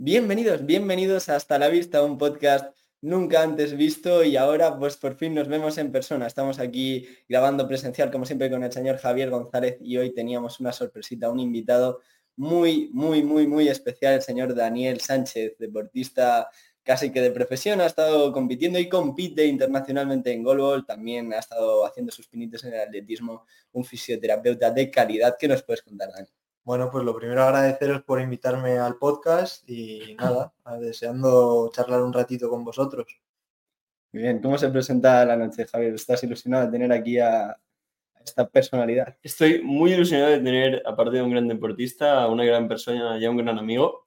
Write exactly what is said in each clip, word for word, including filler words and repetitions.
Bienvenidos, bienvenidos a Hasta la Vista, un podcast nunca antes visto y ahora pues por fin nos vemos en persona. Estamos aquí grabando presencial como siempre con el señor Javier González y hoy teníamos una sorpresita, un invitado muy, muy, muy, muy especial, el señor Daniel Sánchez, deportista casi que de profesión, ha estado compitiendo y compite internacionalmente en goalball, también ha estado haciendo sus pinitos en el atletismo, un fisioterapeuta de calidad. ¿Qué nos puedes contar, Dani? Bueno, pues lo primero agradeceros por invitarme al podcast y nada, deseando charlar un ratito con vosotros. Muy bien, ¿cómo se presenta la noche, Javier? ¿Estás ilusionado de tener aquí a esta personalidad? Estoy muy ilusionado de tener, aparte de un gran deportista, una gran persona y a un gran amigo.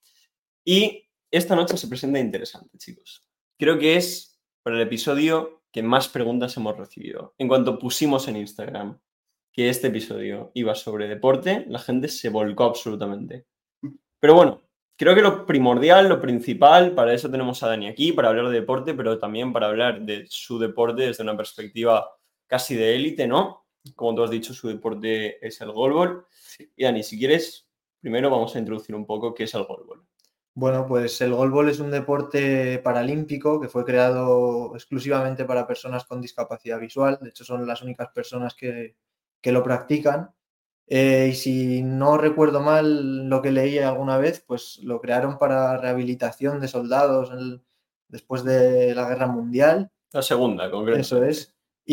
Y esta noche se presenta interesante, chicos. Creo que es para el episodio que más preguntas hemos recibido. En cuanto pusimos en Instagram que este episodio iba sobre deporte, la gente se volcó absolutamente. Pero bueno, creo que lo primordial, lo principal, para eso tenemos a Dani aquí, para hablar de deporte, pero también para hablar de su deporte desde una perspectiva casi de élite, ¿no? Como tú has dicho, su deporte es el goalball. Y Dani, si quieres, primero vamos a introducir un poco qué es el goalball. Bueno, pues el goalball es un deporte paralímpico que fue creado exclusivamente para personas con discapacidad visual. De hecho, son las únicas personas que, que lo practican. Eh, y si no recuerdo mal lo que leí alguna vez, pues lo crearon para rehabilitación de soldados en, después de la Guerra Mundial. La segunda, concretamente. Eso es.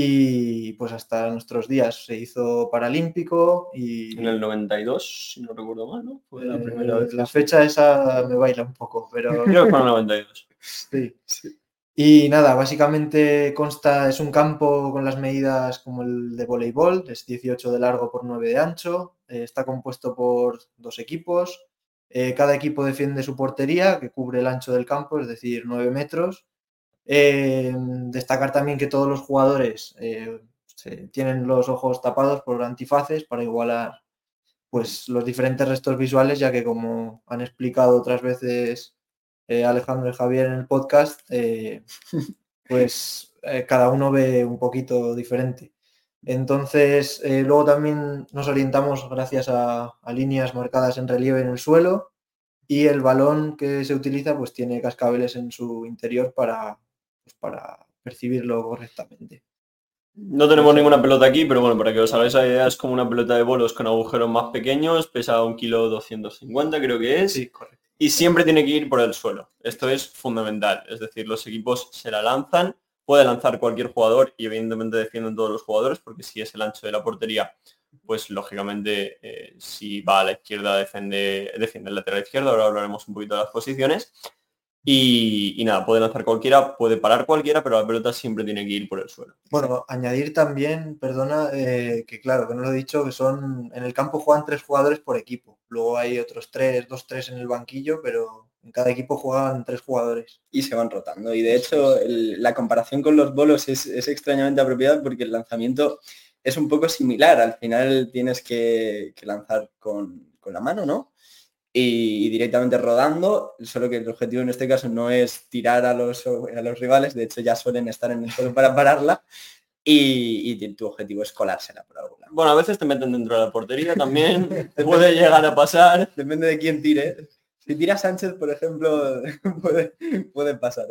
Y pues hasta nuestros días se hizo paralímpico y... En el noventa y dos, si no recuerdo mal, ¿no? Fue la eh, primera vez. La fecha esa me baila un poco, pero... Creo que fue en el noventa y dos. Sí, sí. Y nada, básicamente consta, es un campo con las medidas como el de voleibol, es dieciocho de largo por nueve de ancho, eh, está compuesto por dos equipos, eh, cada equipo defiende su portería, que cubre el ancho del campo, es decir, nueve metros. Eh, destacar también que todos los jugadores eh, se, tienen los ojos tapados por antifaces para igualar pues, los diferentes restos visuales, ya que como han explicado otras veces eh, Alejandro y Javier en el podcast, eh, pues eh, cada uno ve un poquito diferente. Entonces, eh, luego también nos orientamos gracias a, a líneas marcadas en relieve en el suelo y el balón que se utiliza pues tiene cascabeles en su interior para, pues, para percibirlo correctamente. No tenemos ninguna pelota aquí, pero bueno, para que os hagáis la idea, es como una pelota de bolos con agujeros más pequeños, pesa un kilo doscientos cincuenta, creo que es. Sí, correcto. Y siempre tiene que ir por el suelo. Esto es fundamental. Es decir, los equipos se la lanzan, puede lanzar cualquier jugador y evidentemente defienden todos los jugadores, porque si es el ancho de la portería, pues lógicamente eh, si va a la izquierda defiende, defiende el lateral izquierdo. Ahora hablaremos un poquito de las posiciones. Y, y nada, puede lanzar cualquiera, puede parar cualquiera, pero la pelota siempre tiene que ir por el suelo. Bueno, añadir también, perdona, eh, que claro, que no lo he dicho, que son, en el campo juegan tres jugadores por equipo. Luego hay otros tres, dos, tres en el banquillo, pero en cada equipo juegan tres jugadores. Y se van rotando. Y de hecho, el, la comparación con los bolos es, es extrañamente apropiada porque el lanzamiento es un poco similar. Al final tienes que, que lanzar con, con la mano, ¿no? Y, y directamente rodando, solo que el objetivo en este caso no es tirar a los, a los rivales, de hecho ya suelen estar en el suelo para pararla, y, y tu objetivo es colársela por algún lado. Bueno, a veces te meten dentro de la portería también, puede llegar a pasar. Depende de quién tire. Si tira Sánchez, por ejemplo, puede, puede pasar.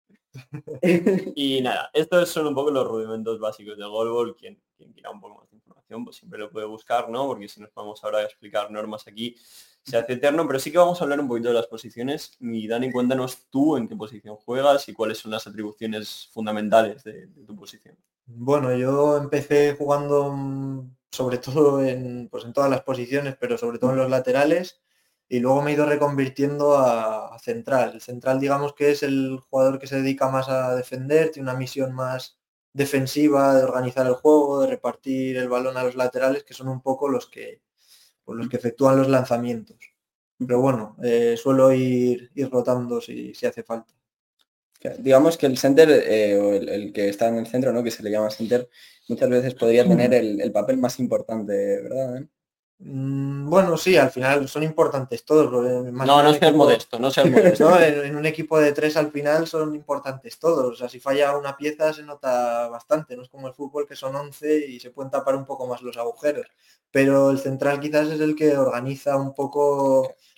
Y nada, estos son un poco los rudimentos básicos del goalball. Quien, quien quiera un poco más de información, pues siempre lo puede buscar, ¿no? Porque si nos vamos ahora a explicar normas aquí, se hace eterno, pero sí que vamos a hablar un poquito de las posiciones. Y Dani, cuéntanos tú en qué posición juegas y cuáles son las atribuciones fundamentales de, de tu posición. Bueno, yo empecé jugando sobre todo en, pues en todas las posiciones, pero sobre todo en los laterales, y luego me he ido reconvirtiendo a, a central. El central, digamos que es el jugador que se dedica más a defender, tiene una misión más defensiva, de organizar el juego, de repartir el balón a los laterales, que son un poco los que, pues los que efectúan los lanzamientos. Pero bueno, eh, suelo ir, ir rotando si, si hace falta. Digamos que el center, eh, o el, el que está en el centro, ¿no? Que se le llama center, muchas veces podría tener el, el papel más importante, ¿verdad? ¿Eh? Mm, bueno, sí, al final son importantes todos. Más no, no seas equipo... modesto, no seas modesto. ¿no? En, en un equipo de tres al final son importantes todos. O sea, si falla una pieza se nota bastante. No es como el fútbol que son once y se pueden tapar un poco más los agujeros. Pero el central quizás es el que organiza un poco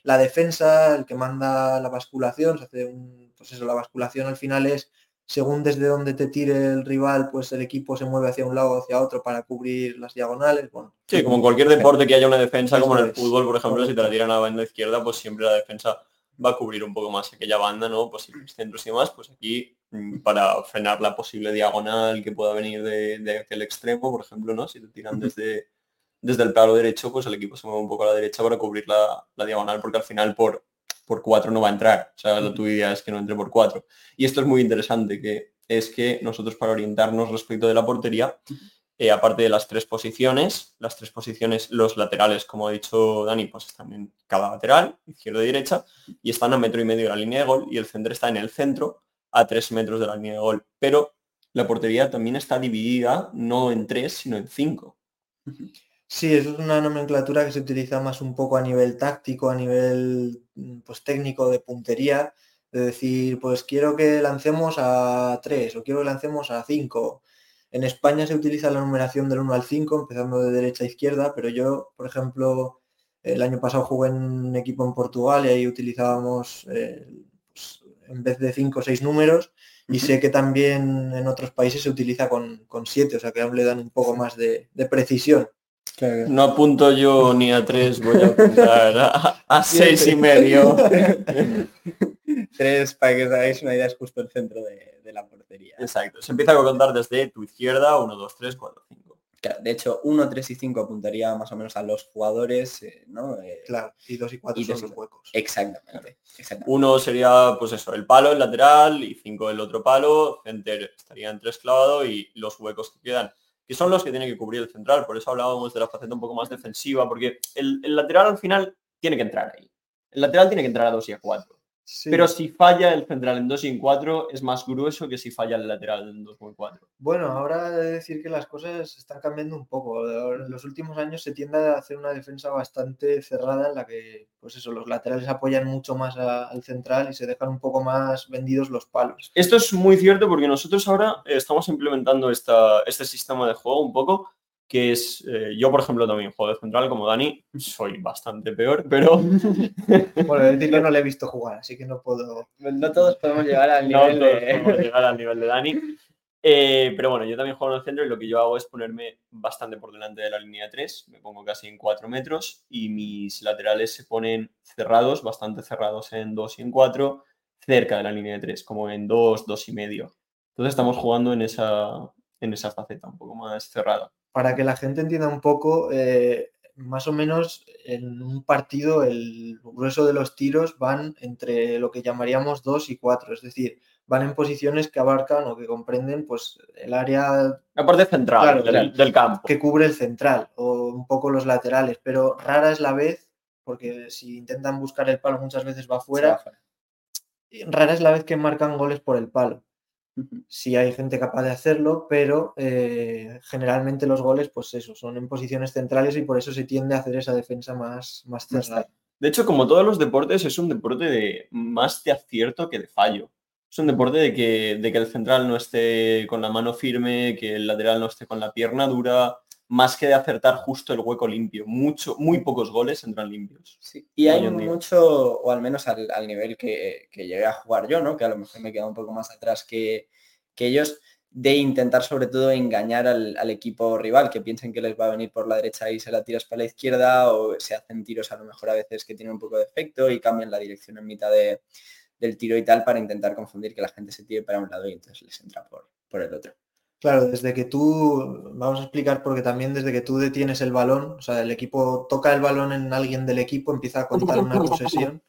la defensa, el que manda la basculación, se hace un, pues eso, la basculación al final es según desde donde te tire el rival, pues el equipo se mueve hacia un lado o hacia otro para cubrir las diagonales. Bueno, sí, como en cualquier deporte que haya una defensa, como en el es, fútbol, por ejemplo, correcto. si te la tiran a la banda izquierda, pues siempre la defensa va a cubrir un poco más aquella banda, ¿no? Pues los centros y demás, pues aquí para frenar la posible diagonal que pueda venir de, de aquel extremo, por ejemplo, ¿no? Si te tiran desde, desde el palo derecho, pues el equipo se mueve un poco a la derecha para cubrir la, la diagonal, porque al final por, por cuatro no va a entrar. O sea, la tu idea es que no entre por cuatro. Y esto es muy interesante, que es que nosotros para orientarnos respecto de la portería, eh, aparte de las tres posiciones, las tres posiciones, los laterales, como ha dicho Dani, pues están en cada lateral, izquierda y derecha, y están a metro y medio de la línea de gol, y el centro está en el centro, a tres metros de la línea de gol. Pero la portería también está dividida no en tres, sino en cinco. Sí, eso es una nomenclatura que se utiliza más un poco a nivel táctico, a nivel pues técnico de puntería, de decir, pues quiero que lancemos a tres o quiero que lancemos a cinco. En España se utiliza la numeración del uno al cinco, empezando de derecha a izquierda, pero yo, por ejemplo, el año pasado jugué en un equipo en Portugal y ahí utilizábamos, eh, pues, en vez de cinco o seis números, y sé que también en otros países se utiliza con, con siete, o sea que aún le dan un poco más de, de precisión. Claro. No apunto yo ni a tres, voy a apuntar a, a seis y medio. Tres, para que os hagáis una idea, es justo el centro de, de la portería. Exacto, se empieza a contar desde tu izquierda, uno, dos, tres, cuatro, cinco. Claro, de hecho, uno, tres y cinco apuntaría más o menos a los jugadores, eh, ¿no? Eh, Claro, y dos y cuatro y son dos y- los huecos. Exactamente, exactamente. Uno sería, pues eso, el palo, el lateral, y cinco el otro palo, center estaría en tres clavado y los huecos que quedan, que son los que tiene que cubrir el central. Por eso hablábamos de la faceta un poco más defensiva, porque el, el lateral al final tiene que entrar ahí. El lateral tiene que entrar a dos y a cuatro. Sí. Pero si falla el central en dos y en cuatro, es más grueso que si falla el lateral en dos o en cuatro. Bueno, ahora he de decir que las cosas están cambiando un poco. Ahora, en los últimos años se tiende a hacer una defensa bastante cerrada en la que, pues eso, los laterales apoyan mucho más a- al central y se dejan un poco más vendidos los palos. Esto es muy cierto porque nosotros ahora eh, estamos implementando esta, este sistema de juego un poco, que es, eh, yo por ejemplo también juego de central como Dani, soy bastante peor, pero Bueno, he de decir que no le he visto jugar, así que no puedo... No todos podemos llegar al no nivel todos de... podemos llegar al nivel de Dani. Eh, pero bueno, yo también juego en el centro y lo que yo hago es ponerme bastante por delante de la línea de tres, me pongo casi en cuatro metros y mis laterales se ponen cerrados, bastante cerrados en dos y en cuatro, cerca de la línea de tres, como en dos, dos y medio. Entonces estamos jugando en esa, en esa faceta un poco más cerrada. Para que la gente entienda un poco, eh, más o menos en un partido el grueso de los tiros van entre lo que llamaríamos dos y cuatro, es decir, van en posiciones que abarcan o que comprenden pues el área, La parte central claro, del, claro, del campo. que cubre el central o un poco los laterales, pero rara es la vez, porque si intentan buscar el palo muchas veces va Se va fuera, fuera. y rara es la vez que marcan goles por el palo. Sí hay gente capaz de hacerlo, pero eh, generalmente los goles, pues eso, son en posiciones centrales y por eso se tiende a hacer esa defensa más, más Más cerrada. De hecho, como todos los deportes, es un deporte de más de acierto que de fallo. Es un deporte de que, de que el central no esté con la mano firme, que el lateral no esté con la pierna dura, más que de acertar justo el hueco limpio. Mucho, muy pocos goles entran limpios. Sí, y hay Hoy en día. mucho, o al menos al, al nivel que, que llegué a jugar yo, ¿no? Que a lo mejor me queda un poco más atrás que, que ellos, de intentar sobre todo engañar al, al equipo rival, que piensen que les va a venir por la derecha y se la tiras para la izquierda, o se hacen tiros a lo mejor a veces que tienen un poco de efecto y cambian la dirección en mitad de, del tiro y tal para intentar confundir que la gente se tire para un lado y entonces les entra por, por el otro. Claro, desde que tú, vamos a explicar porque también desde que tú detienes el balón, o sea, el equipo toca el balón en alguien del equipo, empieza a contar una posesión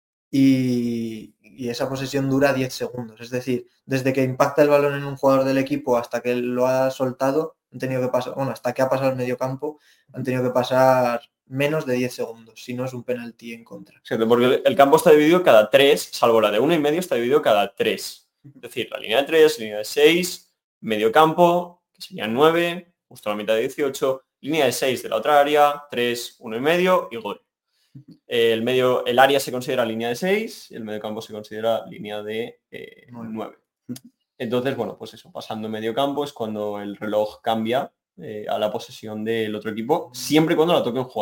y, y esa posesión dura diez segundos. Es decir, desde que impacta el balón en un jugador del equipo hasta que lo ha soltado, han tenido que pasar, bueno, hasta que ha pasado el medio campo, han tenido que pasar menos de diez segundos, si no es un penalti en contra. Exacto, porque el campo está dividido cada tres, salvo la de uno y medio, está dividido cada tres. Es decir, la línea de tres, línea de seis, medio campo, que serían nueve, justo la mitad de dieciocho, línea de seis de la otra área, tres, uno y medio y gol. El, medio, el área se considera línea de seis y el medio campo se considera línea de eh, nueve. Entonces, bueno, pues eso, pasando medio campo es cuando el reloj cambia eh, a la posesión del otro equipo, siempre y cuando la toque un jugador.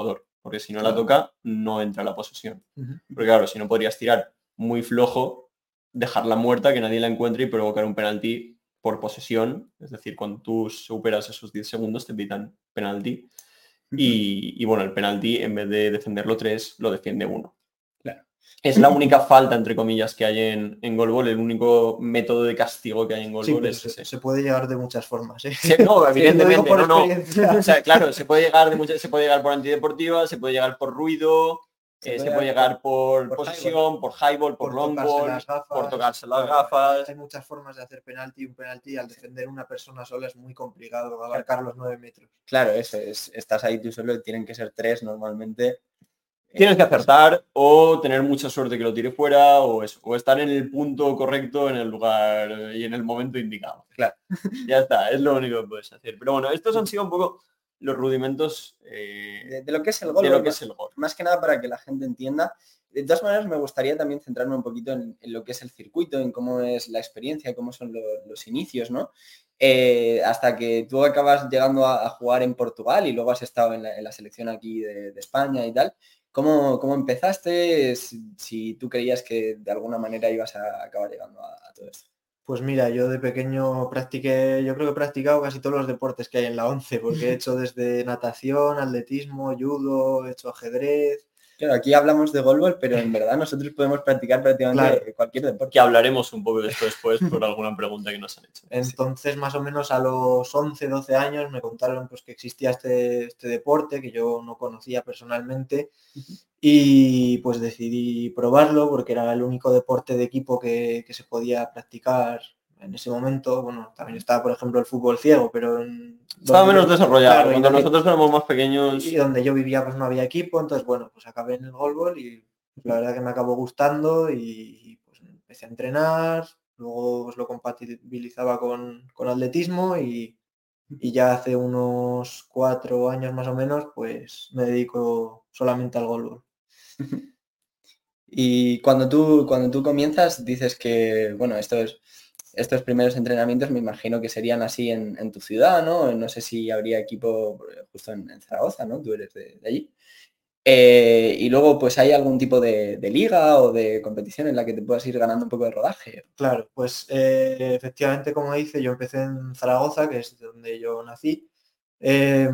porque si no Claro. la toca, no entra la posesión. Ujú. Porque claro, si no podrías tirar muy flojo, dejarla muerta, que nadie la encuentre y provocar un penalti por posesión. Es decir, cuando tú superas esos diez segundos te pitan penalti. Y, y bueno, el penalti en vez de defenderlo tres, lo defiende uno. Claro. Es la única falta, entre comillas, que hay en, en goalball, el único método de castigo que hay en Sí, goalball pero es se, ese. se puede llegar de muchas formas, ¿eh? Se- no, Te lo digo evidentemente, por no, no. experiencia. O sea, claro, se puede llegar de muchas, se puede llegar por antideportiva, se puede llegar por ruido, Se eh, puede se puede llegar llegar por, por posesión, por highball, por, por long tocarse ball, las gafas. por tocarse las Claro, gafas. Hay muchas formas de hacer penalti. Un penalti al defender una persona sola es muy complicado, abarcar los nueve metros. Claro, eso es. Estás ahí tú solo, tienen que ser tres normalmente. Tienes que acertar o tener mucha suerte que lo tire fuera o eso, o estar en el punto correcto, en el lugar y en el momento indicado. Claro. Ya está, es lo único que puedes hacer. Pero bueno, estos han sido un poco los rudimentos eh, De, de lo que es el gol, de lo gol, que más, es el gol. más que nada para que la gente entienda. De todas maneras, me gustaría también centrarme un poquito en, en lo que es el circuito, en cómo es la experiencia, cómo son lo- los inicios, ¿no? Eh, hasta que tú acabas llegando a, a jugar en Portugal y luego has estado en la, en la selección aquí de, de España y tal. ¿Cómo, cómo empezaste? Si, si tú creías que de alguna manera ibas a acabar llegando a, a todo esto. Pues mira, yo de pequeño practiqué, yo creo que he practicado casi todos los deportes que hay en la once, porque he hecho desde natación, atletismo, judo, he hecho ajedrez. Claro, aquí hablamos de golbol, pero en verdad nosotros podemos practicar prácticamente Claro. cualquier deporte. Que hablaremos un poco de esto después por alguna pregunta que nos han hecho. Entonces, más o menos a los once, doce años me contaron pues, que existía este, este deporte que yo no conocía personalmente y pues decidí probarlo porque era el único deporte de equipo que, que se podía practicar en ese momento. Bueno, también estaba, por ejemplo, el fútbol ciego, pero en, Estaba donde menos yo- desarrollado. claro, y Cuando donde- nosotros éramos más pequeños, y donde yo vivía pues no había equipo, entonces bueno, pues acabé en el goalball y la verdad que me acabó gustando y pues empecé a entrenar, luego pues, lo compatibilizaba con, con atletismo y, y ya hace unos cuatro años más o menos pues me dedico solamente al goalball. Y cuando tú, cuando tú comienzas, dices que, bueno, estos, estos primeros entrenamientos me imagino que serían así en, en tu ciudad, ¿no? No sé si habría equipo eh, justo en, en Zaragoza, ¿no? Tú eres de, de allí. Eh, y luego, pues hay algún tipo de, de liga o de competición en la que te puedas ir ganando un poco de rodaje. Claro, pues eh, efectivamente, como dice, yo empecé en Zaragoza, que es donde yo nací, eh,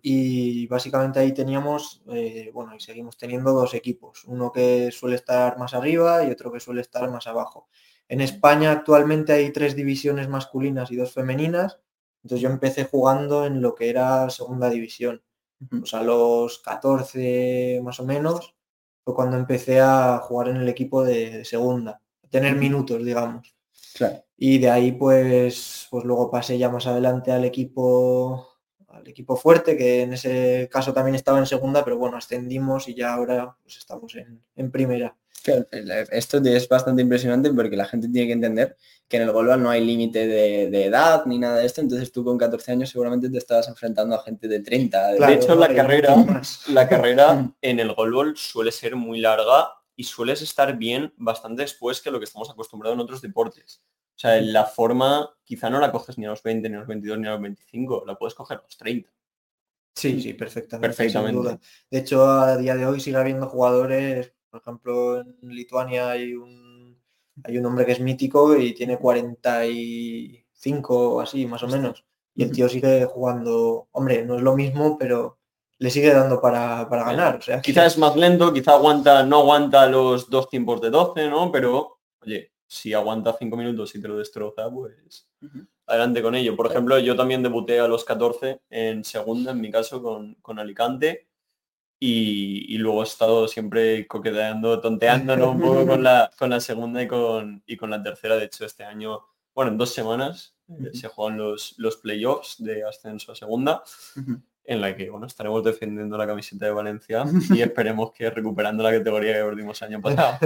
y básicamente ahí teníamos, eh, bueno, y seguimos teniendo dos equipos, uno que suele estar más arriba y otro que suele estar más abajo. En España actualmente hay tres divisiones masculinas y dos femeninas, entonces yo empecé jugando en lo que era segunda división, pues a los catorce más o menos, fue cuando empecé a jugar en el equipo de, de segunda, tener minutos, digamos. Claro. Y de ahí pues, pues luego pasé ya más adelante al equipo al equipo fuerte, que en ese caso también estaba en segunda, pero bueno, ascendimos y ya ahora pues estamos en, en primera. Claro, esto es bastante impresionante porque la gente tiene que entender que en el golbal no hay límite de, de edad ni nada de esto, entonces tú con catorce años seguramente te estabas enfrentando a gente de treinta. De, Claro, de hecho, no, la y carrera, muchos más. la carrera en el goalball suele ser muy larga y sueles estar bien bastante después que lo que estamos acostumbrados en otros deportes. O sea, la forma quizá no la coges ni a los veinte, ni a los veintidós, ni a los veinticinco, la puedes coger a los treinta. Sí, sí, perfectamente, Perfectamente. sin duda. De hecho, a día de hoy sigue habiendo jugadores, por ejemplo, en Lituania hay un, hay un hombre que es mítico y tiene cuarenta y cinco o así, más o menos. Y el tío sigue jugando, hombre, no es lo mismo, pero le sigue dando para, para ganar. O sea, que- Quizá es más lento, quizá aguanta, no aguanta los dos tiempos de doce, ¿no? Pero, oye, si aguanta cinco minutos y te lo destroza, pues adelante con ello. Por ejemplo, yo también debuté a los catorce en segunda, en mi caso, con, con Alicante. Y, y luego he estado siempre coqueteando, tonteando, ¿no? Un poco con la, con la segunda y con, y con la tercera. De hecho, este año, bueno, en dos semanas eh, se juegan los, los playoffs de ascenso a segunda, en la que, bueno, estaremos defendiendo la camiseta de Valencia y esperemos que recuperando la categoría que perdimos el año pasado.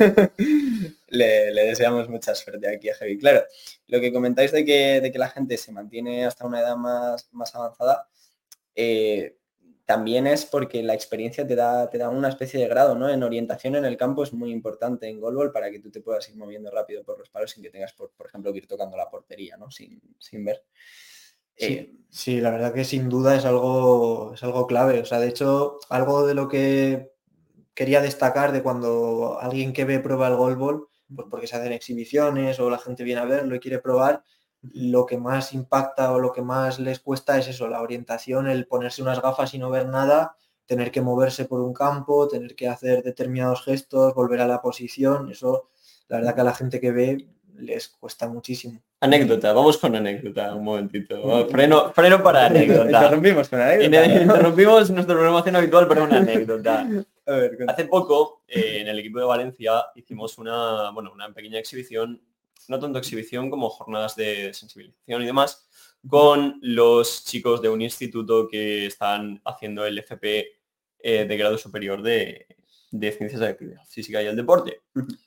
le, le deseamos mucha suerte aquí a Javi. Claro, lo que comentáis de que, de que la gente se mantiene hasta una edad más, más avanzada, eh, también es porque la experiencia te da, te da una especie de grado, ¿no? En orientación en el campo es muy importante en goalball para que tú te puedas ir moviendo rápido por los palos sin que tengas, por, por ejemplo, que ir tocando la portería, ¿no? Sin, sin ver. Sí, Eh, sí, la verdad que sin duda es algo, es algo clave. O sea, de hecho, algo de lo que quería destacar de cuando alguien que ve prueba el golbol, pues porque se hacen exhibiciones o la gente viene a verlo y quiere probar, lo que más impacta o lo que más les cuesta es eso, la orientación, el ponerse unas gafas y no ver nada, tener que moverse por un campo, tener que hacer determinados gestos, volver a la posición. Eso, la verdad que a la gente que ve les cuesta muchísimo. Anécdota, vamos con anécdota, un momentito. Freno, freno para anécdota. Interrumpimos con anécdota. Inter- Interrumpimos nuestra programación habitual para una anécdota. A ver, cuenta. Hace poco, eh, en el equipo de Valencia, hicimos una, bueno, una pequeña exhibición, no tanto exhibición como jornadas de sensibilización y demás, con los chicos de un instituto que están haciendo el F P eh, de grado superior de, de Ciencias de la Actividad Física y el Deporte.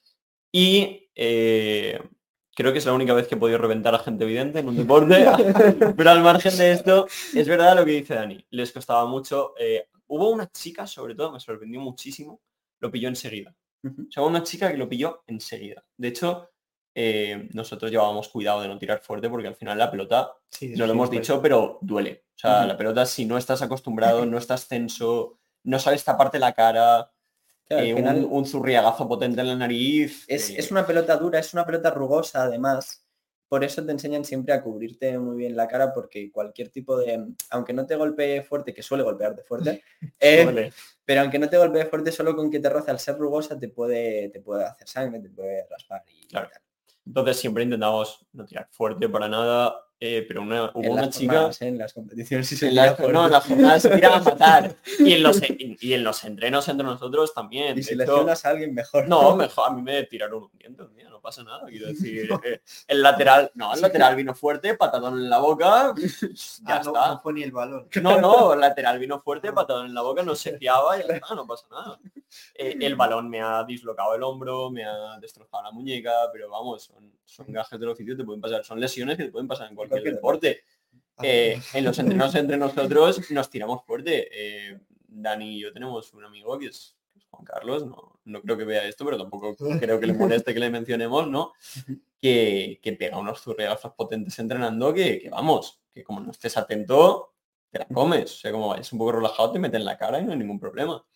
Y eh, creo que es la única vez que he podido reventar a gente evidente en un deporte, pero al margen de esto, es verdad lo que dice Dani, les costaba mucho. Eh, hubo una chica, sobre todo, me sorprendió muchísimo, lo pilló enseguida. O sea, una chica que lo pilló enseguida. De hecho, eh, nosotros llevábamos cuidado de no tirar fuerte porque al final la pelota, Sí, no lo sí, hemos pues, dicho, pero duele. O sea, Ujú. la pelota, si no estás acostumbrado, no estás tenso, no sabes taparte la cara, Claro, al eh, final un, un zurriagazo potente en la nariz. es, eh, es una pelota dura, es una pelota rugosa además. Por eso te enseñan siempre a cubrirte muy bien la cara porque cualquier tipo de... Aunque no te golpee fuerte, que suele golpearte fuerte, eh, suele. pero aunque no te golpee fuerte, solo con que te roce al ser rugosa te puede, te puede hacer sangre, te puede raspar. Y Claro. tal. Entonces siempre intentamos no tirar fuerte para nada, eh, pero una, hubo En una las chica... jornadas, ¿eh? En las competiciones sí se En tira las, fuerte. no, en las jornadas se tiran a matar. Y en, los, y en los entrenos entre nosotros también. Y De si hecho, lesionas a alguien mejor. no, mejor, a mí me tiraron un diente un día, no pasa nada. Quiero decir, eh, el lateral, no, el lateral vino fuerte, patadón en la boca, ya ah, no, está. no fue ni el balón. No, no, el lateral vino fuerte, patadón en la boca, no se fiaba y ya está, no pasa nada. Eh, el balón me ha dislocado el hombro, me ha destrozado la muñeca, pero vamos, son, son gajes del oficio, te pueden pasar, son lesiones que te pueden pasar en cualquier, Cualquier deporte. Eh, en los entrenos entre nosotros nos tiramos fuerte. Eh, Dani y yo tenemos un amigo que es, que es Juan Carlos, no, no creo que vea esto, pero tampoco creo que le moleste que le mencionemos, ¿no? Que, que pega unos zurriagazos potentes entrenando que, que vamos, que como no estés atento, te la comes. O sea, como vayas un poco relajado, te mete en la cara y no hay ningún problema.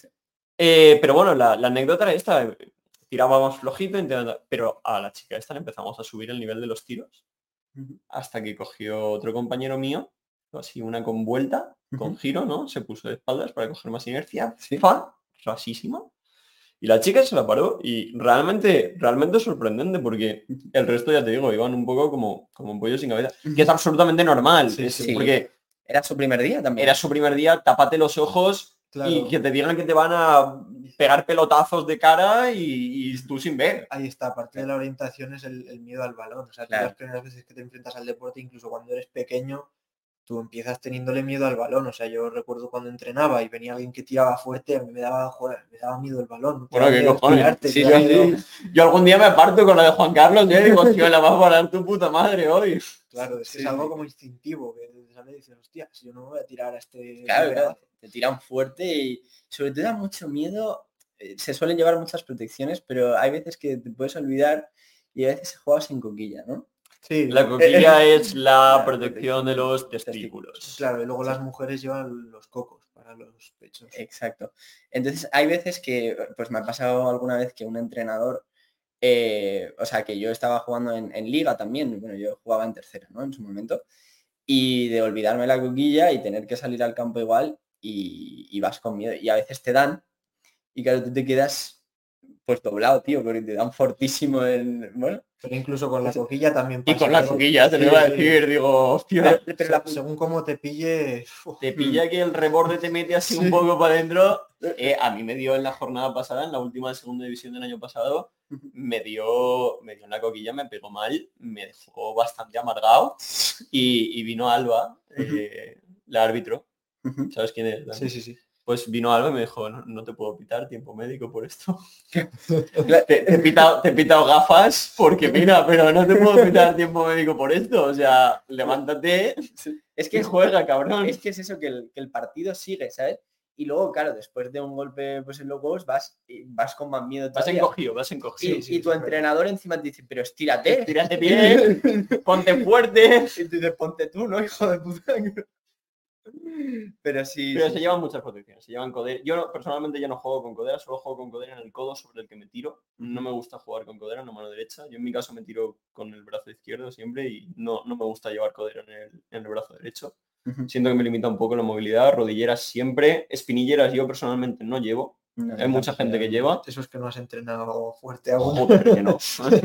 Eh, pero bueno, la, la anécdota era esta. Tirábamos flojito, intentando, pero a la chica esta le empezamos a subir el nivel de los tiros hasta que cogió otro compañero mío, así una con vuelta, con giro, ¿no? Se puso de espaldas para coger más inercia, Sí. ¡fa! Rasísima. Y la chica se la paró y realmente, realmente sorprendente porque el resto, ya te digo, iban un poco como, como un pollo sin cabeza, que es absolutamente normal, Sí, es sí. porque Era su primer día también. era su primer día, tápate los ojos Claro. y que te digan que te van a pegar pelotazos de cara y, y tú sin ver. Ahí está, aparte de la orientación es el, el miedo al balón. O sea, tú Claro. las primeras veces que te enfrentas al deporte, incluso cuando eres pequeño, tú empiezas teniéndole miedo al balón. O sea, yo recuerdo cuando entrenaba y venía alguien que tiraba fuerte, a mí me daba, joder, me daba miedo el balón. Bueno, Te daba ¿qué miedo cojones? tirarte, Sí, te daba yo, miedo- yo algún día me aparto con la de Juan Carlos, ¿eh? Digo, tío, la vas a parar tu puta madre hoy. Claro, es que Sí, es algo sí. como instintivo, que te sale y dices, hostia, si yo no me voy a tirar a este... Claro, este claro, pedazo". te tiran fuerte y sobre todo da mucho miedo. eh, Se suelen llevar muchas protecciones, pero hay veces que te puedes olvidar y a veces se juega sin coquilla, ¿no? Sí, La luego- coquilla es la La protección de los testículos. testículos. claro, y luego Sí. las mujeres llevan los cocos para los pechos. Exacto. Entonces hay veces que, pues me ha pasado alguna vez que un entrenador, eh, o sea, que yo estaba jugando en, en liga también, bueno, yo jugaba en tercera, ¿no? En su momento, y de olvidarme la coquilla y tener que salir al campo igual y, y vas con miedo. Y a veces te dan y claro, tú te quedas pues doblado, tío, porque te dan fortísimo en... Bueno, Pero incluso con la Eso- coquilla también Y pasa. con la ¿eh? coquilla, te lo Sí, iba a sí. decir, digo, hostia. pero, pero Se- la, según cómo te pille... uf, Te pilla que el reborde te mete así un Sí. poco para adentro. Eh, a mí me dio en la jornada pasada, en la última de segunda división del año pasado, me dio, me dio en la coquilla, me pegó mal, me dejó bastante amargado y, y vino Alba, eh, la árbitro. ¿Sabes quién es? Dani? Sí, sí, sí. Pues vino Alba y me dijo, no, no te puedo pitar tiempo médico por esto. Claro. Te, te he pitado, te he pitado gafas porque mira, pero no te puedo pitar tiempo médico por esto. O sea, levántate es que y es, juega, cabrón. es que es eso, que el, que el partido sigue, ¿sabes? y luego, claro, después de un golpe pues en los huevos vas, vas con más miedo Vas todavía. encogido, vas encogido. Y, Sí, sí, y tu sí, entrenador encima te dice, pero estírate. Tírate bien, ponte fuerte. Y tú dices, ponte tú, ¿no, hijo de puta? Pero sí, Pero sí, se sí. llevan muchas protecciones, se llevan coderas. Yo no- personalmente ya no juego con codera, solo juego con codera en el codo sobre el que me tiro. No me gusta jugar con codera en la mano derecha. Yo en mi caso me tiro con el brazo izquierdo siempre y no, no me gusta llevar codera en el, en el brazo derecho. Ujú. Siento que me limita un poco la movilidad, rodilleras siempre, espinilleras yo personalmente no llevo. No, Hay mucha gente que lleva. Eso es que no has entrenado fuerte aún. Joder, que no.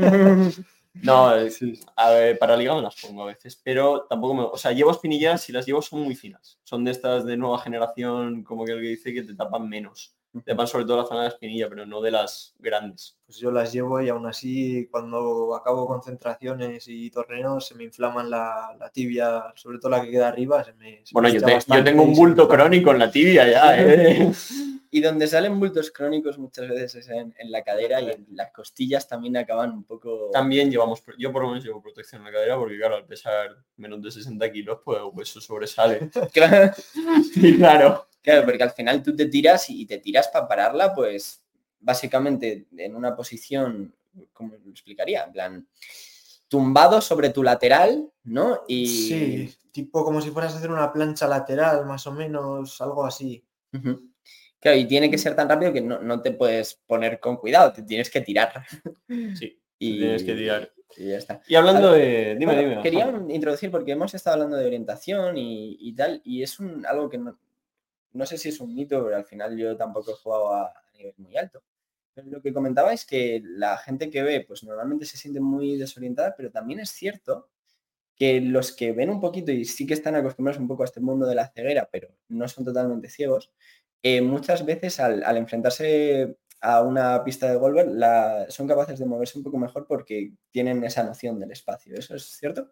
No, eh, Sí, sí. a ver, para liga me las pongo a veces, pero tampoco me... O sea, llevo espinilleras y las llevo son muy finas. Son de estas de nueva generación, como que el que dice que te tapan menos. Te tapan sobre todo la zona de la espinilla, pero no de las grandes. Pues yo las llevo y aún así cuando acabo concentraciones y torneos se me inflaman la, la tibia, sobre todo la que queda arriba. Se me, se Bueno, me yo, hincha te- yo bastante tengo un y se me bulto inflama. crónico en la tibia ya, ¿eh? Y donde salen bultos crónicos muchas veces es en, en la cadera y en las costillas también acaban un poco... También llevamos, yo por lo menos llevo protección en la cadera porque claro, al pesar menos de sesenta kilos, pues eso sobresale. Claro, Sí, claro. claro, porque al final tú te tiras y te tiras para pararla, pues básicamente en una posición, ¿cómo lo explicaría? En plan, tumbado sobre tu lateral, ¿no? Y... Sí, tipo como si fueras a hacer una plancha lateral, más o menos, algo así. Ujú. Claro, y tiene que ser tan rápido que no, no te puedes poner con cuidado, te tienes que tirar. Sí, Y, tienes que tirar. y ya está. Y hablando A ver, de... Dime, bueno, dime. quería Alejandro. introducir porque hemos estado hablando de orientación y, y tal, y es un, algo que no, no sé si es un mito, pero al final yo tampoco he jugado a, a nivel muy alto. Pero lo que comentaba es que la gente que ve, pues normalmente se siente muy desorientada, pero también es cierto que los que ven un poquito y sí que están acostumbrados un poco a este mundo de la ceguera, pero no son totalmente ciegos, eh, muchas veces al, al enfrentarse a una pista de golf la, son capaces de moverse un poco mejor porque tienen esa noción del espacio. ¿Eso es cierto?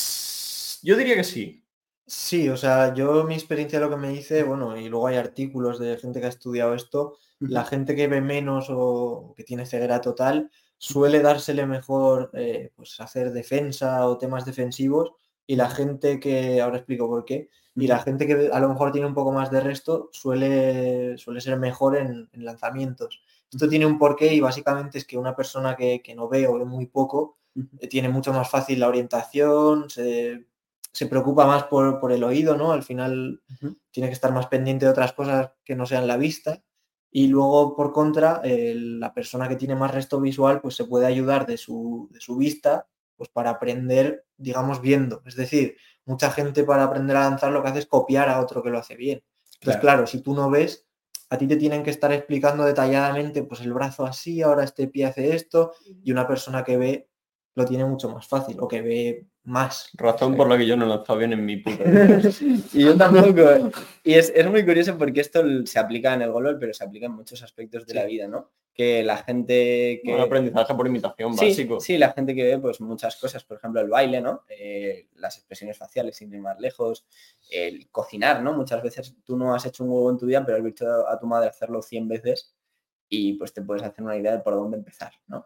Yo diría que sí. Sí, o sea, yo mi experiencia lo que me dice, bueno, y luego hay artículos de gente que ha estudiado esto, la gente que ve menos o que tiene ceguera total suele dársele mejor eh, pues hacer defensa o temas defensivos y la gente que, ahora explico por qué, y la gente que a lo mejor tiene un poco más de resto suele, suele ser mejor en, en lanzamientos. Esto tiene un porqué y básicamente es que una persona que, que no ve o ve muy poco eh, tiene mucho más fácil la orientación, se se preocupa más por, por el oído, ¿no? Al final Uh-huh. tiene que estar más pendiente de otras cosas que no sean la vista. Y luego, por contra, eh, la persona que tiene más resto visual, pues se puede ayudar de su, de su vista, pues para aprender, digamos, viendo. Es decir, mucha gente para aprender a lanzar lo que hace es copiar a otro que lo hace bien. Entonces, claro, claro si tú no ves, a ti te tienen que estar explicando detalladamente, pues el brazo así, ahora este pie hace esto, y una persona que ve lo tiene mucho más fácil, o que ve más. Razón por la que yo no he lanzado bien en mi puta vida. Y yo tampoco. Y es, es muy curioso porque esto se aplica en el golf, pero se aplica en muchos aspectos de Sí. la vida, ¿no? Que la gente que... Un aprendizaje por imitación Sí, básico. sí, la gente que ve pues muchas cosas, por ejemplo el baile, ¿no? Eh, las expresiones faciales sin ir más lejos, el cocinar, ¿no? Muchas veces tú no has hecho un huevo en tu vida, pero has visto a tu madre hacerlo cien veces y pues te puedes hacer una idea de por dónde empezar, ¿no?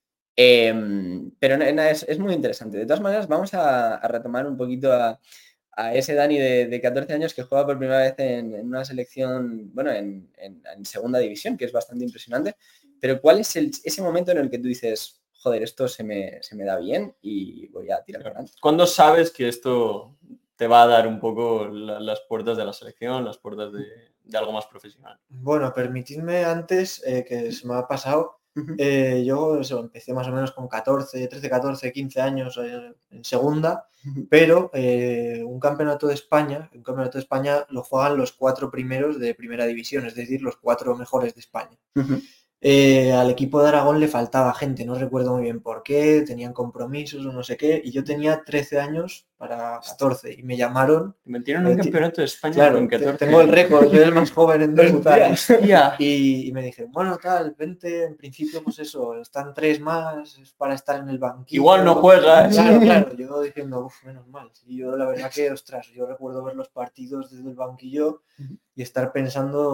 Eh, pero no, es, es muy interesante. De todas maneras, vamos a, a retomar un poquito a, a ese Dani de, de catorce años que juega por primera vez en, en una selección, bueno, en, en, en segunda división, que es bastante impresionante. Pero ¿cuál es el, ese momento en el que tú dices, joder, esto se me, se me da bien y voy a tirar para adelante? ¿Cuándo sabes que esto te va a dar un poco la, las puertas de la selección, las puertas de, de algo más profesional? Bueno, permitidme antes, eh, que se me ha pasado, eh, yo eso, empecé más o menos con catorce, trece, catorce, quince años eh, en segunda, pero eh, un campeonato de España, un campeonato de España lo juegan los cuatro primeros de primera división, es decir, los cuatro mejores de España. Eh, al equipo de Aragón le faltaba gente, no recuerdo muy bien por qué, tenían compromisos o no sé qué, y yo tenía trece años para catorce y me llamaron. Me metieron en un campeonato de España claro, con catorce. Tengo el récord, soy el más joven en debutar. Hostia. Y, y me dijeron, bueno, tal, vente, en principio, pues eso, están tres más, es para estar en el banquillo. Igual no juegas. Claro, claro, yo diciendo, uff, menos mal. Y yo la verdad que, ostras, yo recuerdo ver los partidos desde el banquillo y estar pensando, digo,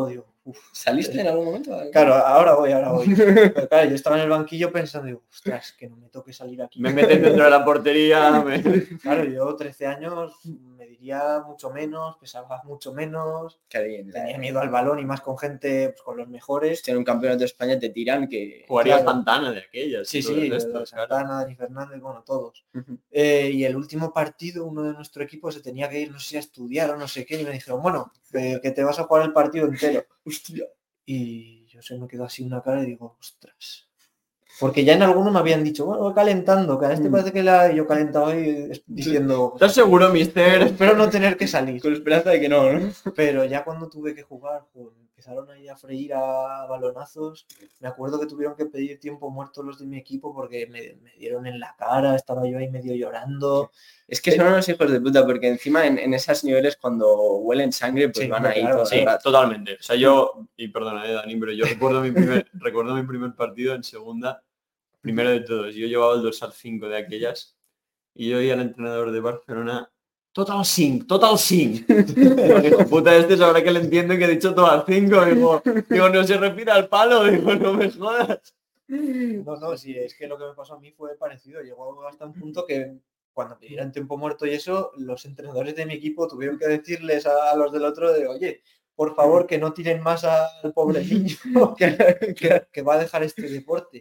Uf. ¿Saliste en algún momento? Claro, ahora voy, ahora voy. Pero claro, yo estaba en el banquillo pensando, digo, ostras, que no me toque salir aquí. Me meten dentro de la portería. Me... Claro, yo trece años me diría mucho menos, pesaba mucho menos, Bien, tenía miedo al balón y más con gente, pues, con los mejores. En un campeonato de España te tiran que... Jugaría Claro. Santana de aquellas. Sí, y sí, todos de estos, Santana, claro. Dani Fernández, bueno, todos. Uh-huh. Eh, y el último partido, uno de nuestro equipo se tenía que ir, no sé si a estudiar o no sé qué, y me dijeron, bueno, que, que te vas a jugar el partido entero. Hostia. Y yo se me quedó así una cara y digo, ostras. Porque ya en alguno me habían dicho, bueno, voy calentando, que a este Mm. parece que la... yo calentaba y diciendo... ¿Estás seguro, mister? Espero no tener que salir. Con esperanza de que no, ¿no? Pero ya cuando tuve que jugar, pues, empezaron ahí a freír a balonazos. Me acuerdo que tuvieron que pedir tiempo muerto los de mi equipo porque me, me dieron en la cara, estaba yo ahí medio llorando. Es que son unos hijos de puta, porque encima en, en esos niveles cuando huelen sangre, pues Sí, van hombre, ahí claro, todo Sí, el rato. totalmente. O sea, yo, y perdona, eh, Dani, pero yo recuerdo mi primer, recuerdo mi primer partido en segunda, primero de todos. Yo llevaba el dorsal cinco de aquellas y yo oí al entrenador de Barcelona, total cinco, total cinco. Digo, puta, este sabrá que le entiendo que he dicho total cinco. Digo, digo, no se refiere al palo, digo, no me jodas. No, no, sí, es que lo que me pasó a mí fue parecido. Llegó hasta un punto que cuando pidieran tiempo muerto y eso, los entrenadores de mi equipo tuvieron que decirles a, a los del otro de, oye, por favor, que no tiren más al pobre niño, que, que, que va a dejar este deporte.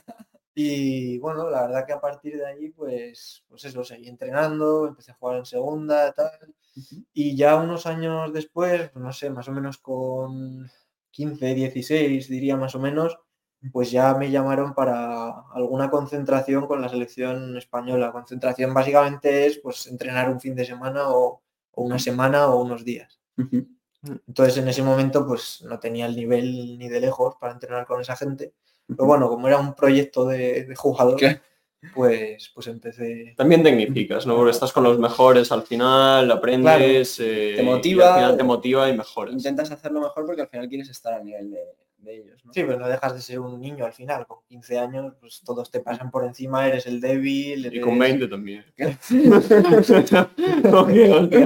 Y bueno, la verdad que a partir de ahí, pues, pues eso, seguí entrenando, empecé a jugar en segunda, tal. Uh-huh. Y ya unos años después, pues no sé, más o menos con quince, dieciséis, diría más o menos, pues ya me llamaron para alguna concentración con la selección española. Concentración básicamente es pues entrenar un fin de semana o, o una semana o unos días. Uh-huh. Entonces en ese momento pues no tenía el nivel ni de lejos para entrenar con esa gente. Pero bueno, como era un proyecto de, de jugador, ¿Qué? pues, pues empecé... También tecnificas, ¿no? Porque estás con los mejores al final, aprendes, claro, eh, te motiva, y al final te motiva y mejoras. Intentas hacerlo mejor porque al final quieres estar al nivel de, de ellos, ¿no? Sí, pero no dejas de ser un niño al final. Con quince años, pues todos te pasan por encima, eres el débil. Eres... Y con veinte también. okay, okay.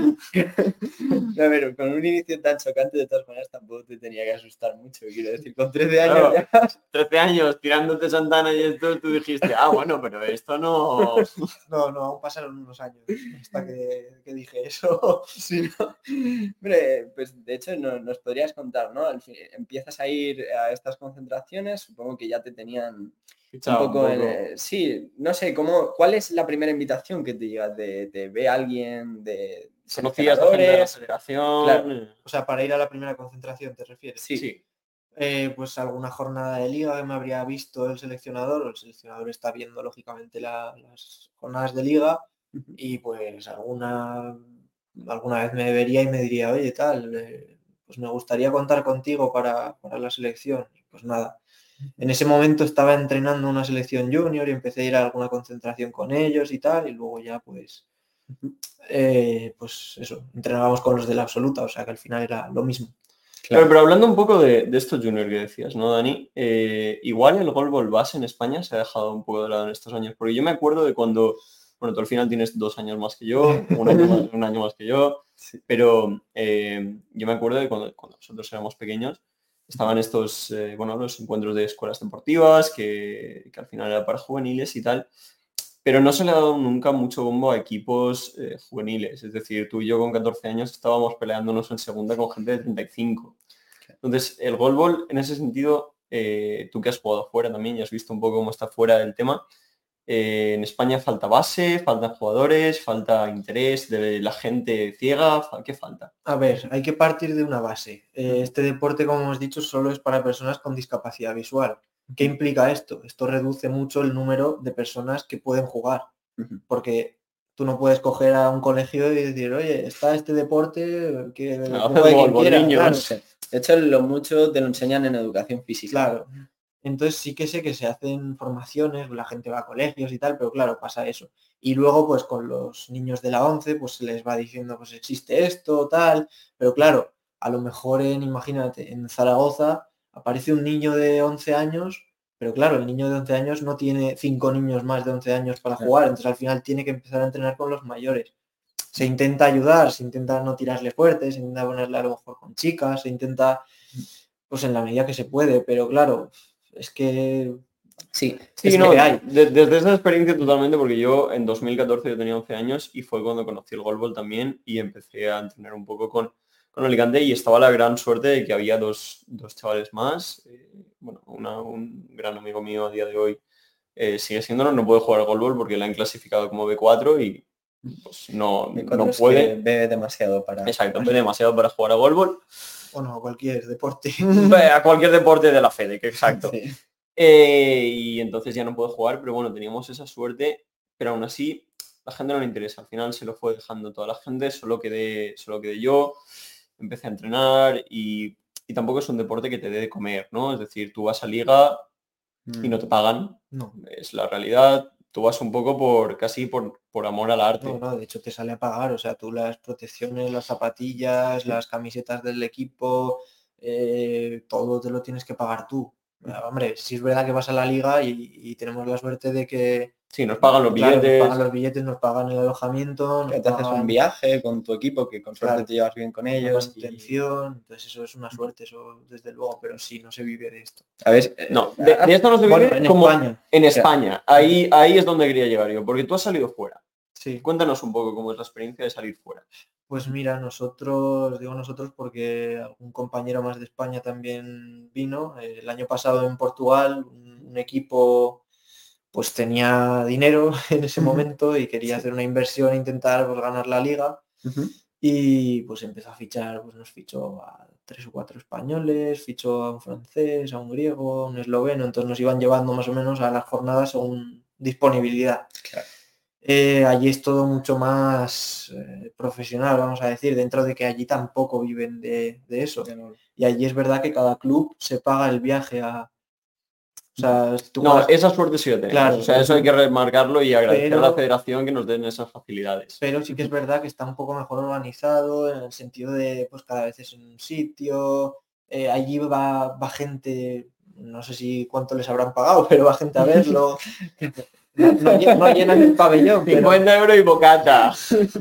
A ver, con un inicio tan chocante de todas maneras tampoco te tenía que asustar mucho. Quiero decir, con trece años claro, ya... trece años tirándote Santana y esto, tú dijiste, ah, bueno, pero esto no... No, no, aún pasaron unos años hasta que, que dije eso. Sí, ¿no? Hombre, pues de hecho no, nos podrías contar, ¿no? Al fin, empiezas a ir a estas concentraciones, supongo que ya te tenían Fichado un poco, un poco. En, sí, no sé, ¿cómo, ¿cuál es la primera invitación que te llega? ¿De, de ve a alguien de ¿Conocías a gente de la federación? Claro. O sea, para ir a la primera concentración, ¿te refieres? Sí. sí. Eh, pues alguna jornada de liga que me habría visto el seleccionador, o el seleccionador está viendo lógicamente la, las jornadas de liga, y pues alguna alguna vez me vería y me diría, oye, tal, eh, pues me gustaría contar contigo para, para la selección. Y pues nada, en ese momento estaba entrenando una selección junior y empecé a ir a alguna concentración con ellos y tal, y luego ya pues eh, pues eso, entrenábamos con los de la absoluta, o sea que al final era lo mismo. Claro, pero hablando un poco de, de estos juniors que decías, ¿no, Dani? Eh, igual el golbol base en España se ha dejado un poco de lado en estos años, porque yo me acuerdo de cuando, bueno, tú al final tienes dos años más que yo, un año más, un año más que yo, sí. Pero eh, yo me acuerdo de cuando, cuando nosotros éramos pequeños, estaban estos, eh, bueno, los encuentros de escuelas deportivas, que, que al final era para juveniles y tal, pero no se le ha dado nunca mucho bombo a equipos eh, juveniles. Es decir, tú y yo con catorce años estábamos peleándonos en segunda con gente de treinta y cinco. Entonces, el golbol, en ese sentido, eh, tú que has jugado fuera también y has visto un poco cómo está fuera del tema, eh, en España falta base, faltan jugadores, falta interés de la gente ciega, ¿qué falta? A ver, hay que partir de una base. Eh, este deporte, como hemos dicho, solo es para personas con discapacidad visual. ¿Qué implica esto? Esto reduce mucho el número de personas que pueden jugar, porque tú no puedes coger a un colegio y decir, oye, está este deporte que no, juegue quien golbol, quiera. Niños. Claro. De hecho, lo mucho te lo enseñan en educación física. Claro. Entonces sí que sé que se hacen formaciones, la gente va a colegios y tal, pero claro, pasa eso. Y luego, pues con los niños de la once, pues se les va diciendo, pues existe esto, tal, pero claro, a lo mejor en, imagínate, en Zaragoza aparece un niño de once años, pero claro, el niño de once años no tiene cinco niños más de once años para jugar, entonces al final tiene que empezar a entrenar con los mayores. Se intenta ayudar, se intenta no tirarle fuerte, se intenta ponerle a lo mejor con chicas, se intenta pues en la medida que se puede, pero claro, es que... Sí, Sí, es no, que hay. de- desde esa experiencia totalmente, porque yo en dos mil catorce yo tenía once años y fue cuando conocí el goalball también y empecé a entrenar un poco con, con Alicante y estaba la gran suerte de que había dos, dos chavales más. eh, bueno, una- un gran amigo mío a día de hoy eh, sigue siéndolo, no puede jugar al goalball porque la han clasificado como B cuatro y pues no, de cuatro no es que puede. bebe demasiado para... Exacto, ve demasiado para jugar a goalball. Bueno, cualquier deporte. Ve a cualquier deporte de la Fede, que exacto. Sí. Eh, y entonces ya no puede jugar, pero bueno, teníamos esa suerte, pero aún así la gente no le interesa. Al final se lo fue dejando toda la gente, solo quedé, solo quedé yo, empecé a entrenar y, y tampoco es un deporte que te dé de comer, ¿no? Es decir, tú vas a liga y no te pagan, No, es la realidad. Tú vas un poco por casi por, por amor al arte. no, no, de hecho te sale a pagar, o sea, tú las protecciones, las zapatillas, las camisetas del equipo, eh, todo te lo tienes que pagar tú. Ah, hombre, sí es verdad que vas a la liga y, y tenemos la suerte de que, Sí, nos pagan los claro, nos billetes. pagan los billetes, nos pagan el alojamiento, nos Que te haces un pagan viaje con tu equipo, que con suerte Claro, te llevas bien con la ellos. Y... manutención, entonces eso es una suerte, eso desde luego, pero sí, no se vive de esto. A ver, eh, No, de, de esto no se vive Bueno, en como España. en España. Ahí, ahí es donde quería llegar yo, porque tú has salido fuera. Sí. Cuéntanos un poco cómo es la experiencia de salir fuera. Pues mira, nosotros, digo nosotros porque algún compañero más de España también vino. Eh, El año pasado en Portugal, un, un equipo pues tenía dinero en ese Ujú. momento y quería Sí. hacer una inversión e intentar pues, ganar la liga. Ujú. Y pues empezó a fichar, pues nos fichó a tres o cuatro españoles, fichó a un francés, a un griego, a un esloveno, entonces nos iban llevando más o menos a las jornadas según disponibilidad. Claro. Eh, allí es todo mucho más eh, profesional, vamos a decir, dentro de que allí tampoco viven de, de eso. Y allí es verdad que cada club se paga el viaje a... O sea, tú No, juegas- esa suerte sí la tenemos. Claro, o sea, eso hay que remarcarlo y agradecer pero- a la federación que nos den esas facilidades. pero sí que es verdad que está un poco mejor organizado en el sentido de, pues cada vez es en un sitio, eh, allí va, va gente, no sé si cuánto les habrán pagado, pero va gente a verlo. No, no lle- no llenan el pabellón, pero, cincuenta euros y bocata.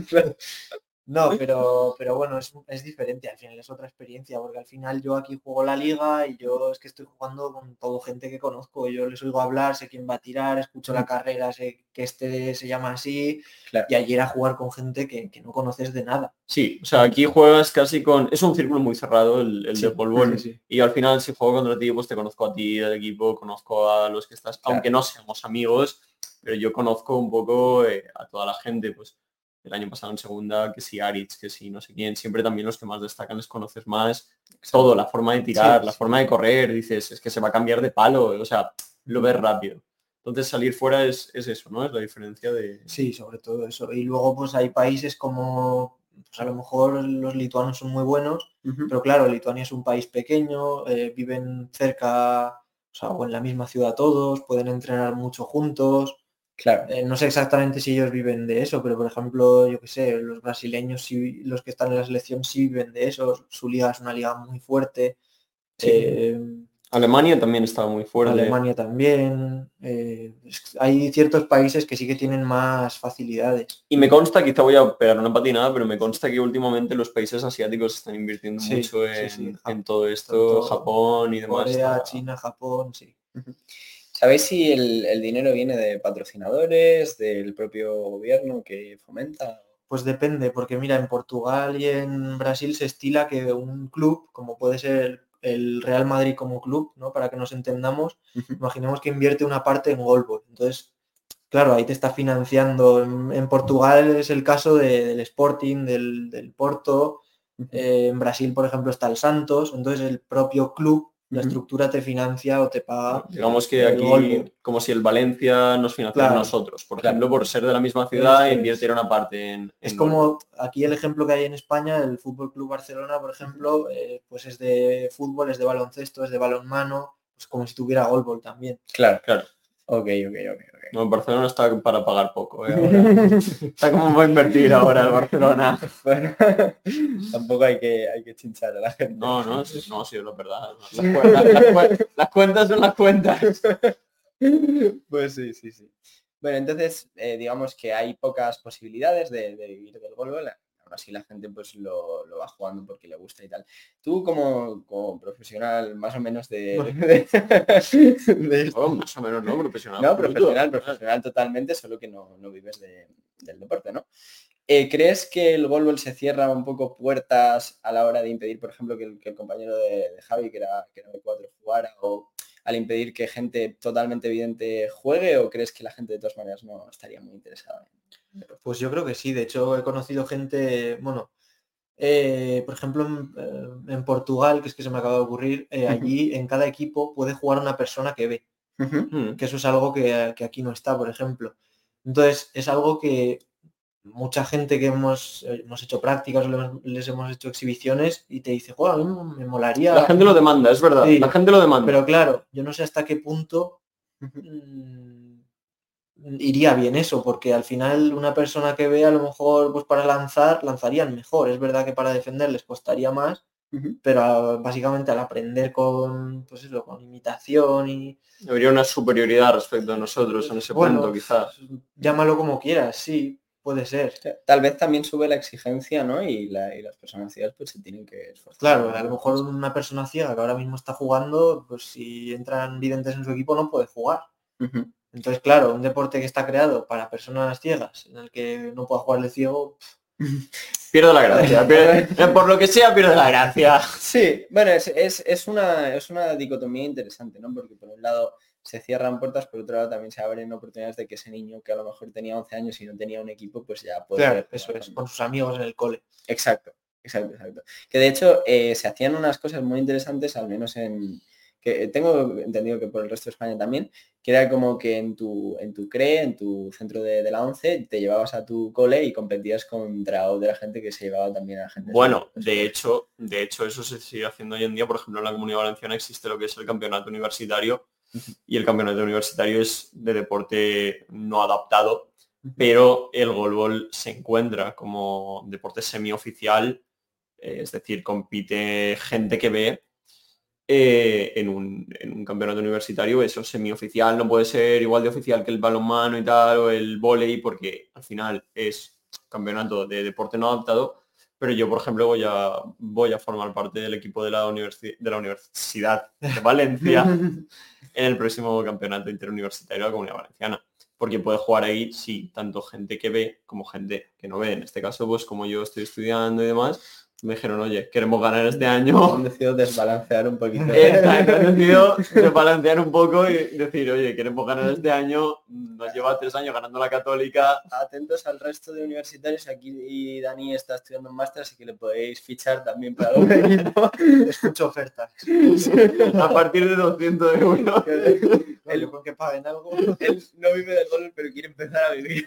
no, pero, pero bueno, es, es diferente, al final es otra experiencia, porque al final yo aquí juego la liga y yo es que estoy jugando con todo gente que conozco, yo les oigo hablar, sé quién va a tirar, escucho la carrera, sé que este se llama así, Claro. y allí era jugar con gente que, que no conoces de nada. Sí, o sea, aquí juegas casi con... Es un círculo muy cerrado el, el Sí, de goalball. sí, sí. Y al final, si juego contra ti, pues te conozco a ti del equipo, conozco a los que estás, Claro. aunque no seamos amigos, pero yo conozco un poco eh, a toda la gente, pues el año pasado en segunda, que si Aritz, que si no sé quién, siempre también los que más destacan les conoces más, todo, la forma de tirar, Sí, la sí. forma de correr, dices, es que se va a cambiar de palo, o sea, lo ves rápido. Entonces salir fuera es, es eso, ¿no? Es la diferencia de... Sí, sobre todo eso. Y luego pues hay países como, pues a lo mejor los lituanos son muy buenos, Ujú. pero claro, Lituania es un país pequeño, eh, viven cerca, o sea, o en la misma ciudad todos, pueden entrenar mucho juntos. Claro. Eh, no sé exactamente si ellos viven de eso, pero por ejemplo, yo qué sé, los brasileños, sí, los que están en la selección sí viven de eso. Su liga es una liga muy fuerte. Sí. Eh, Alemania también estaba muy fuerte. Alemania también. eh, es- hay ciertos países que sí que tienen más facilidades. Y me consta, quizá voy a pegar una patinada, pero me consta que últimamente los países asiáticos están invirtiendo Sí, mucho sí, en, sí. en todo esto, Tanto Japón y demás. Corea, está- China, Japón, sí. ¿Sabéis si el, el dinero viene de patrocinadores, del propio gobierno que fomenta? Pues depende, porque mira, en Portugal y en Brasil se estila que un club, como puede ser el Real Madrid como club, ¿no? Para que nos entendamos, Ujú. imaginemos que invierte una parte en goalball. Entonces, claro, ahí te está financiando. En, en Portugal es el caso de- del Sporting, del, del Porto. Ujú. Eh, en Brasil, por ejemplo, está el Santos. Entonces el propio club, la Ujú. estructura te financia o te paga. Digamos que el aquí, goalball. como si el Valencia nos financiara a Claro, nosotros, por claro. ejemplo, por ser de la misma ciudad, Eso es. invirtiera una parte en... Es en como goalball. aquí el ejemplo que hay en España, el Fútbol Club Barcelona, por ejemplo, eh, pues es de fútbol, es de baloncesto, es de balonmano, pues como si tuviera goalball también. Claro. Claro. Ok, ok, ok. ok. No, el Barcelona está para pagar poco, ¿eh? Ahora. Está como va a invertir ahora el Barcelona. Bueno, tampoco hay que, hay que chinchar a la gente. No, no, sí, no, sí, es la verdad. Las, cuen- las- las cuen- las cuentas son las cuentas. Pues sí, sí, sí. Bueno, entonces, eh, digamos que hay pocas posibilidades de, de vivir del goalball, aún así la gente pues lo, lo va jugando porque le gusta y tal. Tú como, como profesional más o menos de... de, de esto. Oh, más o menos, ¿no? Profesional. No, absoluto. profesional, profesional totalmente, solo que no, no vives de, del deporte, ¿no? Eh, ¿Crees que el Goalball se cierra un poco puertas a la hora de impedir, por ejemplo, que el, que el compañero de, de Javi, que era, que era de cuatro, jugara, o al impedir que gente totalmente evidente juegue, o crees que la gente de todas maneras no estaría muy interesada en deporte? Pues yo creo que sí, de hecho he conocido gente, bueno, eh, por ejemplo en, eh, en Portugal, que es que se me acaba de ocurrir, eh, allí en cada equipo puede jugar una persona que ve, Mm. que eso es algo que, que aquí no está, por ejemplo. Entonces es algo que mucha gente que hemos, eh, hemos hecho prácticas, les, les hemos hecho exhibiciones y te dice, "Joder, a mí me molaría". La gente lo demanda, es verdad. Sí, La gente lo demanda. pero claro, yo no sé hasta qué punto mmm, iría bien eso, porque al final una persona que ve a lo mejor pues para lanzar, lanzarían mejor. Es verdad que para defender les costaría más, Ujú. pero a- básicamente al aprender con, pues eso, con imitación y... Habría una superioridad respecto a nosotros en ese bueno, punto, quizá. llámalo como quieras, sí, puede ser. O sea, tal vez también sube la exigencia, ¿no? Y, la, y las personas ciegas pues se tienen que esforzar. Claro, a lo mejor una persona ciega que ahora mismo está jugando, pues si entran videntes en su equipo no puede jugar. Ujú. Entonces, claro, un deporte que está creado para personas ciegas, en el que no pueda jugar el ciego, Pierde la gracia. pierde- por lo que sea, pierde la gracia. Sí, bueno, es, es, es una, es una dicotomía interesante, ¿no? Porque por un lado se cierran puertas, por otro lado también se abren oportunidades de que ese niño que a lo mejor tenía once años y no tenía un equipo, pues ya puede... claro, jugar eso es, con- con sus amigos en el cole. Exacto, exacto, exacto. Que de hecho eh, se hacían unas cosas muy interesantes, al menos en... que tengo entendido que por el resto de España también, que era como que en tu, en tu C R E, en tu centro de, de la once, te llevabas a tu cole y competías contra otra gente que se llevaba también a la gente. Bueno, de hecho, de hecho, eso se sigue haciendo hoy en día. Por ejemplo, en la Comunidad Valenciana existe lo que es el campeonato universitario y el campeonato universitario es de deporte no adaptado, pero el goalball se encuentra como deporte semioficial, eh, es decir, compite gente que ve eh, en, un, en un campeonato universitario. Eso semioficial no puede ser igual de oficial que el balonmano y tal o el vóley, porque al final es campeonato de deporte no adaptado. Pero yo, por ejemplo, voy a, voy a formar parte del equipo de la, universi de la Universidad de Valencia en el próximo campeonato interuniversitario de la Comunidad Valenciana. Porque puede jugar ahí, sí, tanto gente que ve como gente que no ve. En este caso, pues como yo estoy estudiando y demás, me dijeron, oye, queremos ganar este año. Han decidido desbalancear un poquito. Exacto, han decidido desbalancear un poco y decir, oye, queremos ganar este año, nos lleva tres años ganando la Católica. Atentos al resto de universitarios, aquí Dani está estudiando un máster, así que le podéis fichar también para algún equipo. Escucho ofertas. A partir de doscientos euros. Él, con que paguen algo. Él no vive del gol, pero quiere empezar a vivir.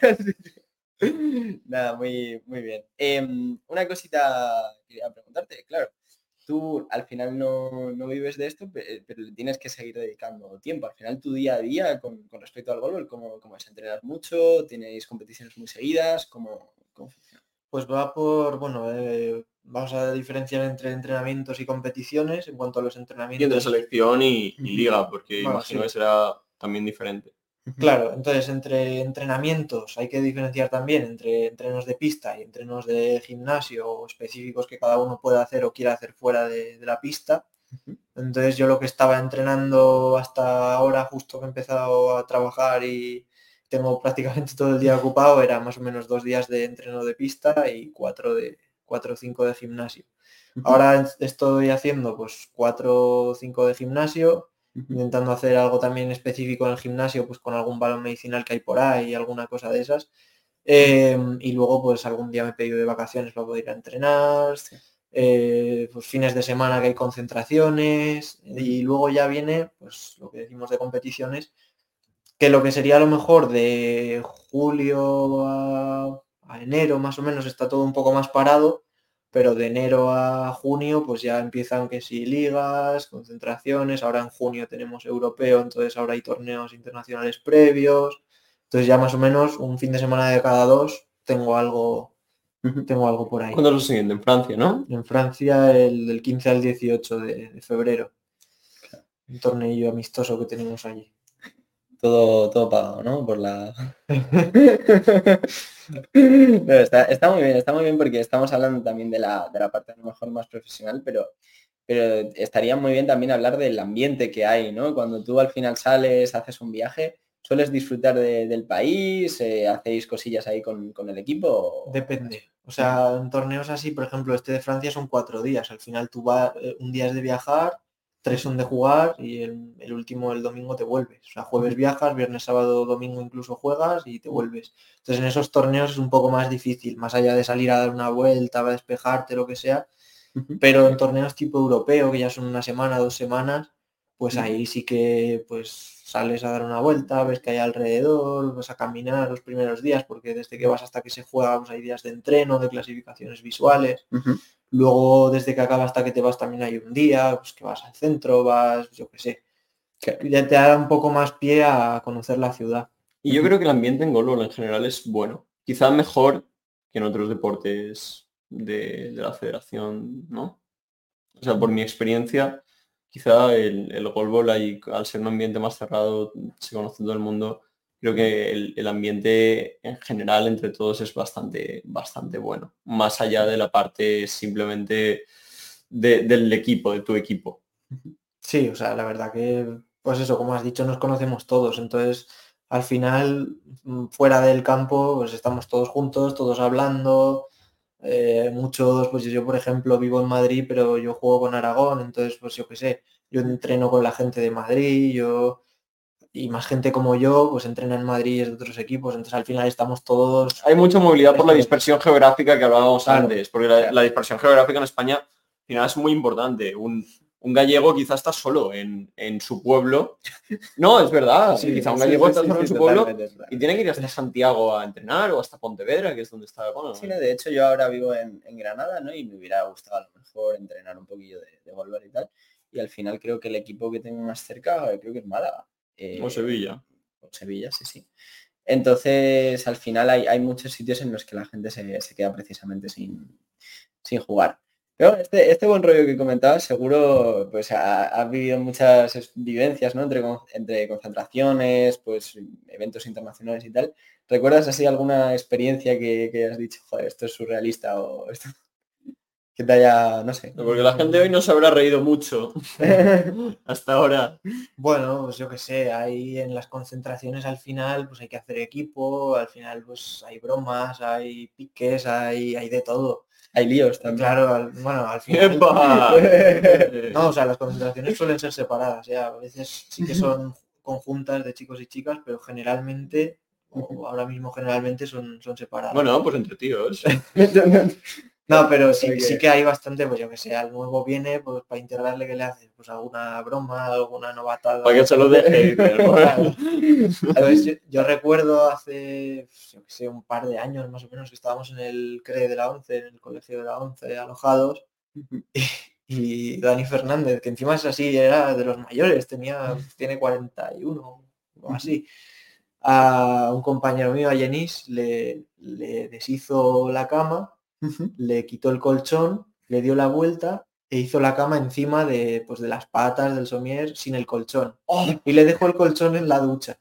Nada, muy, muy bien. Eh, una cosita quería preguntarte, claro, tú al final no, no vives de esto, pe- pero le tienes que seguir dedicando tiempo. Al final tu día a día con, con respecto al golf, ¿cómo, cómo es? ¿Entrenas mucho? ¿Tenéis competiciones muy seguidas? ¿Cómo, cómo funciona? Pues va por, bueno, eh, vamos a diferenciar entre entrenamientos y competiciones. En cuanto a los Y entre entrenamientos, selección y, y liga, porque Bueno, imagino sí. que será también diferente. claro, entonces entre entrenamientos hay que diferenciar también entre entrenos de pista y entrenos de gimnasio específicos que cada uno pueda hacer o quiera hacer fuera de, de la pista. Entonces yo lo que estaba entrenando hasta ahora, justo que he empezado a trabajar y tengo prácticamente todo el día ocupado, era más o menos dos días de entreno de pista y cuatro de cuatro o cinco de gimnasio. Ahora estoy haciendo pues cuatro o cinco de gimnasio, intentando hacer algo también específico en el gimnasio, pues con algún balón medicinal que hay por ahí, alguna cosa de esas. Eh, y luego pues algún día me he pedido de vacaciones para poder ir a entrenar, eh, pues fines de semana que hay concentraciones y luego ya viene pues lo que decimos de competiciones, que lo que sería a lo mejor de julio a, a enero más o menos está todo un poco más parado, pero de enero a junio pues ya empiezan que si ligas, concentraciones, ahora en junio tenemos europeo, entonces ahora hay torneos internacionales previos, entonces ya más o menos un fin de semana de cada dos tengo algo, tengo algo por ahí. ¿Cuándo es lo siguiente? En Francia, ¿no? En Francia el del quince al dieciocho de, de febrero, un torneo amistoso que tenemos allí. todo, todo pagado, ¿no? Por la... No, está, está muy bien, está muy bien porque estamos hablando también de la, de la parte a lo mejor más profesional, pero, pero estaría muy bien también hablar del ambiente que hay, ¿no? Cuando tú al final sales, haces un viaje, ¿sueles disfrutar de- del país? Eh, ¿hacéis cosillas ahí con, con el equipo? o- Depende. O sea, en torneos así, por ejemplo, este de Francia son cuatro días. Al final tú vas, eh, un día es de viajar, tres son de jugar y el, el último, el domingo, te vuelves. O sea, jueves viajas, viernes, sábado, domingo incluso juegas y te vuelves. Entonces en esos torneos es un poco más difícil, más allá de salir a dar una vuelta, a despejarte, lo que sea. Ujú. Pero en torneos tipo europeo, que ya son una semana, dos semanas, pues Mm. ahí sí que pues sales a dar una vuelta, ves que hay alrededor, vas a caminar los primeros días, porque desde que vas hasta que se juega pues hay días de entreno, de clasificaciones visuales. Ujú. Luego, desde que acaba hasta que te vas también hay un día, pues que vas al centro, vas, yo qué sé. Que- Ya te da un poco más pie a conocer la ciudad. Y yo Ujú. creo que el ambiente en golf en general es bueno. Quizá mejor que en otros deportes de, de la federación, ¿no? O sea, por mi experiencia, quizá el, el golbol ahí, al ser un ambiente más cerrado, se conoce todo el mundo, creo que el, el ambiente en general entre todos es bastante, bastante bueno. Más allá de la parte simplemente de- del equipo, de tu equipo. Sí, o sea, la verdad que, pues eso, como has dicho, nos conocemos todos, entonces al final, mm, fuera del campo, pues estamos todos juntos, todos hablando, eh, muchos, pues yo por ejemplo vivo en Madrid, pero yo juego con Aragón, entonces pues yo qué sé, yo entreno con la gente de Madrid, yo y más gente como yo, pues entrena en Madrid y es de otros equipos, entonces al final estamos todos... Hay mucha movilidad por la Eso es. dispersión geográfica que hablábamos Claro, antes, porque la, claro. la dispersión geográfica en España al final es muy importante. Un, un gallego quizá está solo en, en su pueblo. No, es verdad. Sí, Quizá un Sí, gallego sí, está sí, solo en sí, su pueblo totalmente, y totalmente. tiene que ir hasta Santiago a entrenar o hasta Pontevedra, que es donde está. Bueno, Sí, no, de hecho yo ahora vivo en, en Granada, ¿no? Y me hubiera gustado a lo mejor entrenar un poquillo de, de golf y tal. Y al final creo que el equipo que tengo más cerca, eh, creo que es Málaga. o Eh, Sevilla. o Sevilla, sí, sí. Entonces, al final hay, hay muchos sitios en los que la gente se, se queda precisamente sin, sin jugar. Pero bueno, este, este buen rollo que comentabas, seguro pues ha, ha vivido muchas es- vivencias, ¿no? Entre, con- entre concentraciones, pues eventos internacionales y tal. ¿Recuerdas así alguna experiencia que, que has dicho, joder, esto es surrealista o esto que te haya, no sé? Porque la gente hoy no se habrá reído mucho hasta ahora. bueno, pues yo qué sé, ahí en las concentraciones al final pues hay que hacer equipo, al final pues hay bromas, hay piques, hay, hay de todo. Hay líos Eh, también. Claro, al- bueno, al final... ¡Epa! No, o sea, las concentraciones suelen ser separadas, ya. A veces sí que son conjuntas de chicos y chicas, pero generalmente, o ahora mismo generalmente son, son separadas. Bueno, pues entre tíos. No, pero O sea sí, sí que- que hay bastante, pues yo que sé, al nuevo viene, pues para integrarle que le haces, pues alguna broma, alguna Para novatada. que se lo deje. Y dices, Claro. bueno. Entonces, yo, yo recuerdo hace, pues, yo que sé, un par de años más o menos que estábamos en el C R E de la ONCE, en el colegio de la ONCE, alojados, y Dani Fernández, que encima es así, era de los mayores, tenía, tiene cuarenta y uno o así. A un compañero mío, a Yenis, le, le deshizo la cama, le quitó el colchón, le dio la vuelta e hizo la cama encima de, pues, de las patas del somier sin el colchón. Y le dejó el colchón en la ducha.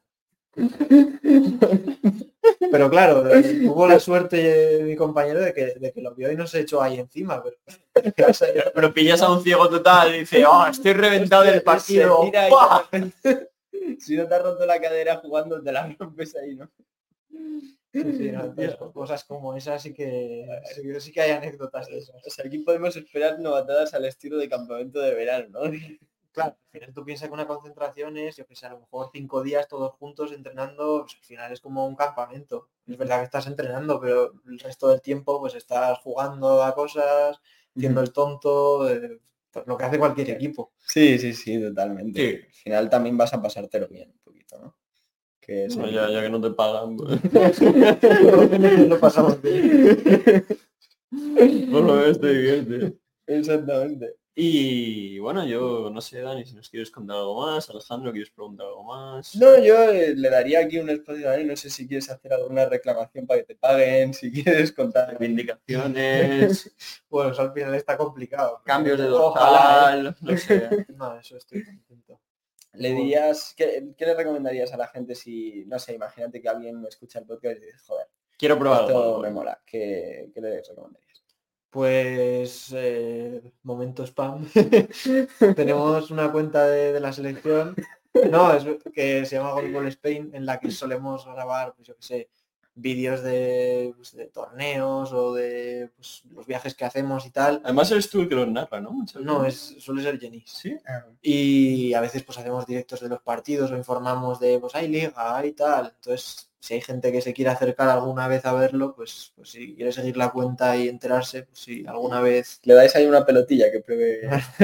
Pero claro, eh, tuvo la suerte eh, mi compañero de que, de que lo vio y no se echó ahí encima. Pero, Pero pillas a un ciego total y dice, oh, estoy reventado del partido. Se tira y ¡Pah! de repente, si no te has roto la cadera jugando, te la rompes ahí, ¿no? sí, sí, no, entonces, con cosas como esas sí que, sí, que sí que hay anécdotas de esas. O sea, aquí podemos esperar novatadas al estilo de campamento de verano, ¿no? Claro, al final tú piensas que una concentración es, yo que sé, a lo mejor cinco días todos juntos entrenando, pues, al final es como un campamento. Es verdad que estás entrenando, pero el resto del tiempo pues estás jugando a cosas, haciendo el tonto, eh, pues, lo que hace cualquier equipo. Sí, sí, sí, totalmente. Sí. Al final también vas a pasártelo bien un poquito, ¿no? Que es Bueno, el- ya, ya que no te pagan. Pues. Por lo menos nos lo pasamos bien. Por lo menos te diviertes. Exactamente. Y bueno, yo no sé, Dani, si nos quieres contar algo más. Alejandro, ¿quieres preguntar algo más? No, yo eh, le daría aquí un espacio a Dani, no sé si quieres hacer alguna reclamación para que te paguen, si quieres contar. Reivindicaciones, Bueno, eso al final está complicado. cambios de Ojalá, ¿eh? dorsal, no sé. No, eso estoy contento. le dirías, ¿qué, ¿qué le recomendarías a la gente si, no sé, imagínate que alguien escucha el podcast y dice, joder, Quiero probar esto algo. me mola, ¿qué, ¿qué le recomendarías? Pues eh, momento spam. Tenemos una cuenta de, de la selección. No, es que se llama Golball Spain, en la que solemos grabar, pues yo qué sé, vídeos de, pues, de torneos o de pues, los viajes que hacemos y tal. Además eres tú el que los narra, ¿no? Muchas No, veces. es suele ser Jenis. ¿Sí? Y a veces pues hacemos directos de los partidos o informamos de pues hay liga, hay tal. Entonces, si hay gente que se quiere acercar alguna vez a verlo, pues, pues si quiere seguir la cuenta y enterarse, pues si alguna vez. Le dais ahí una pelotilla que pruebe.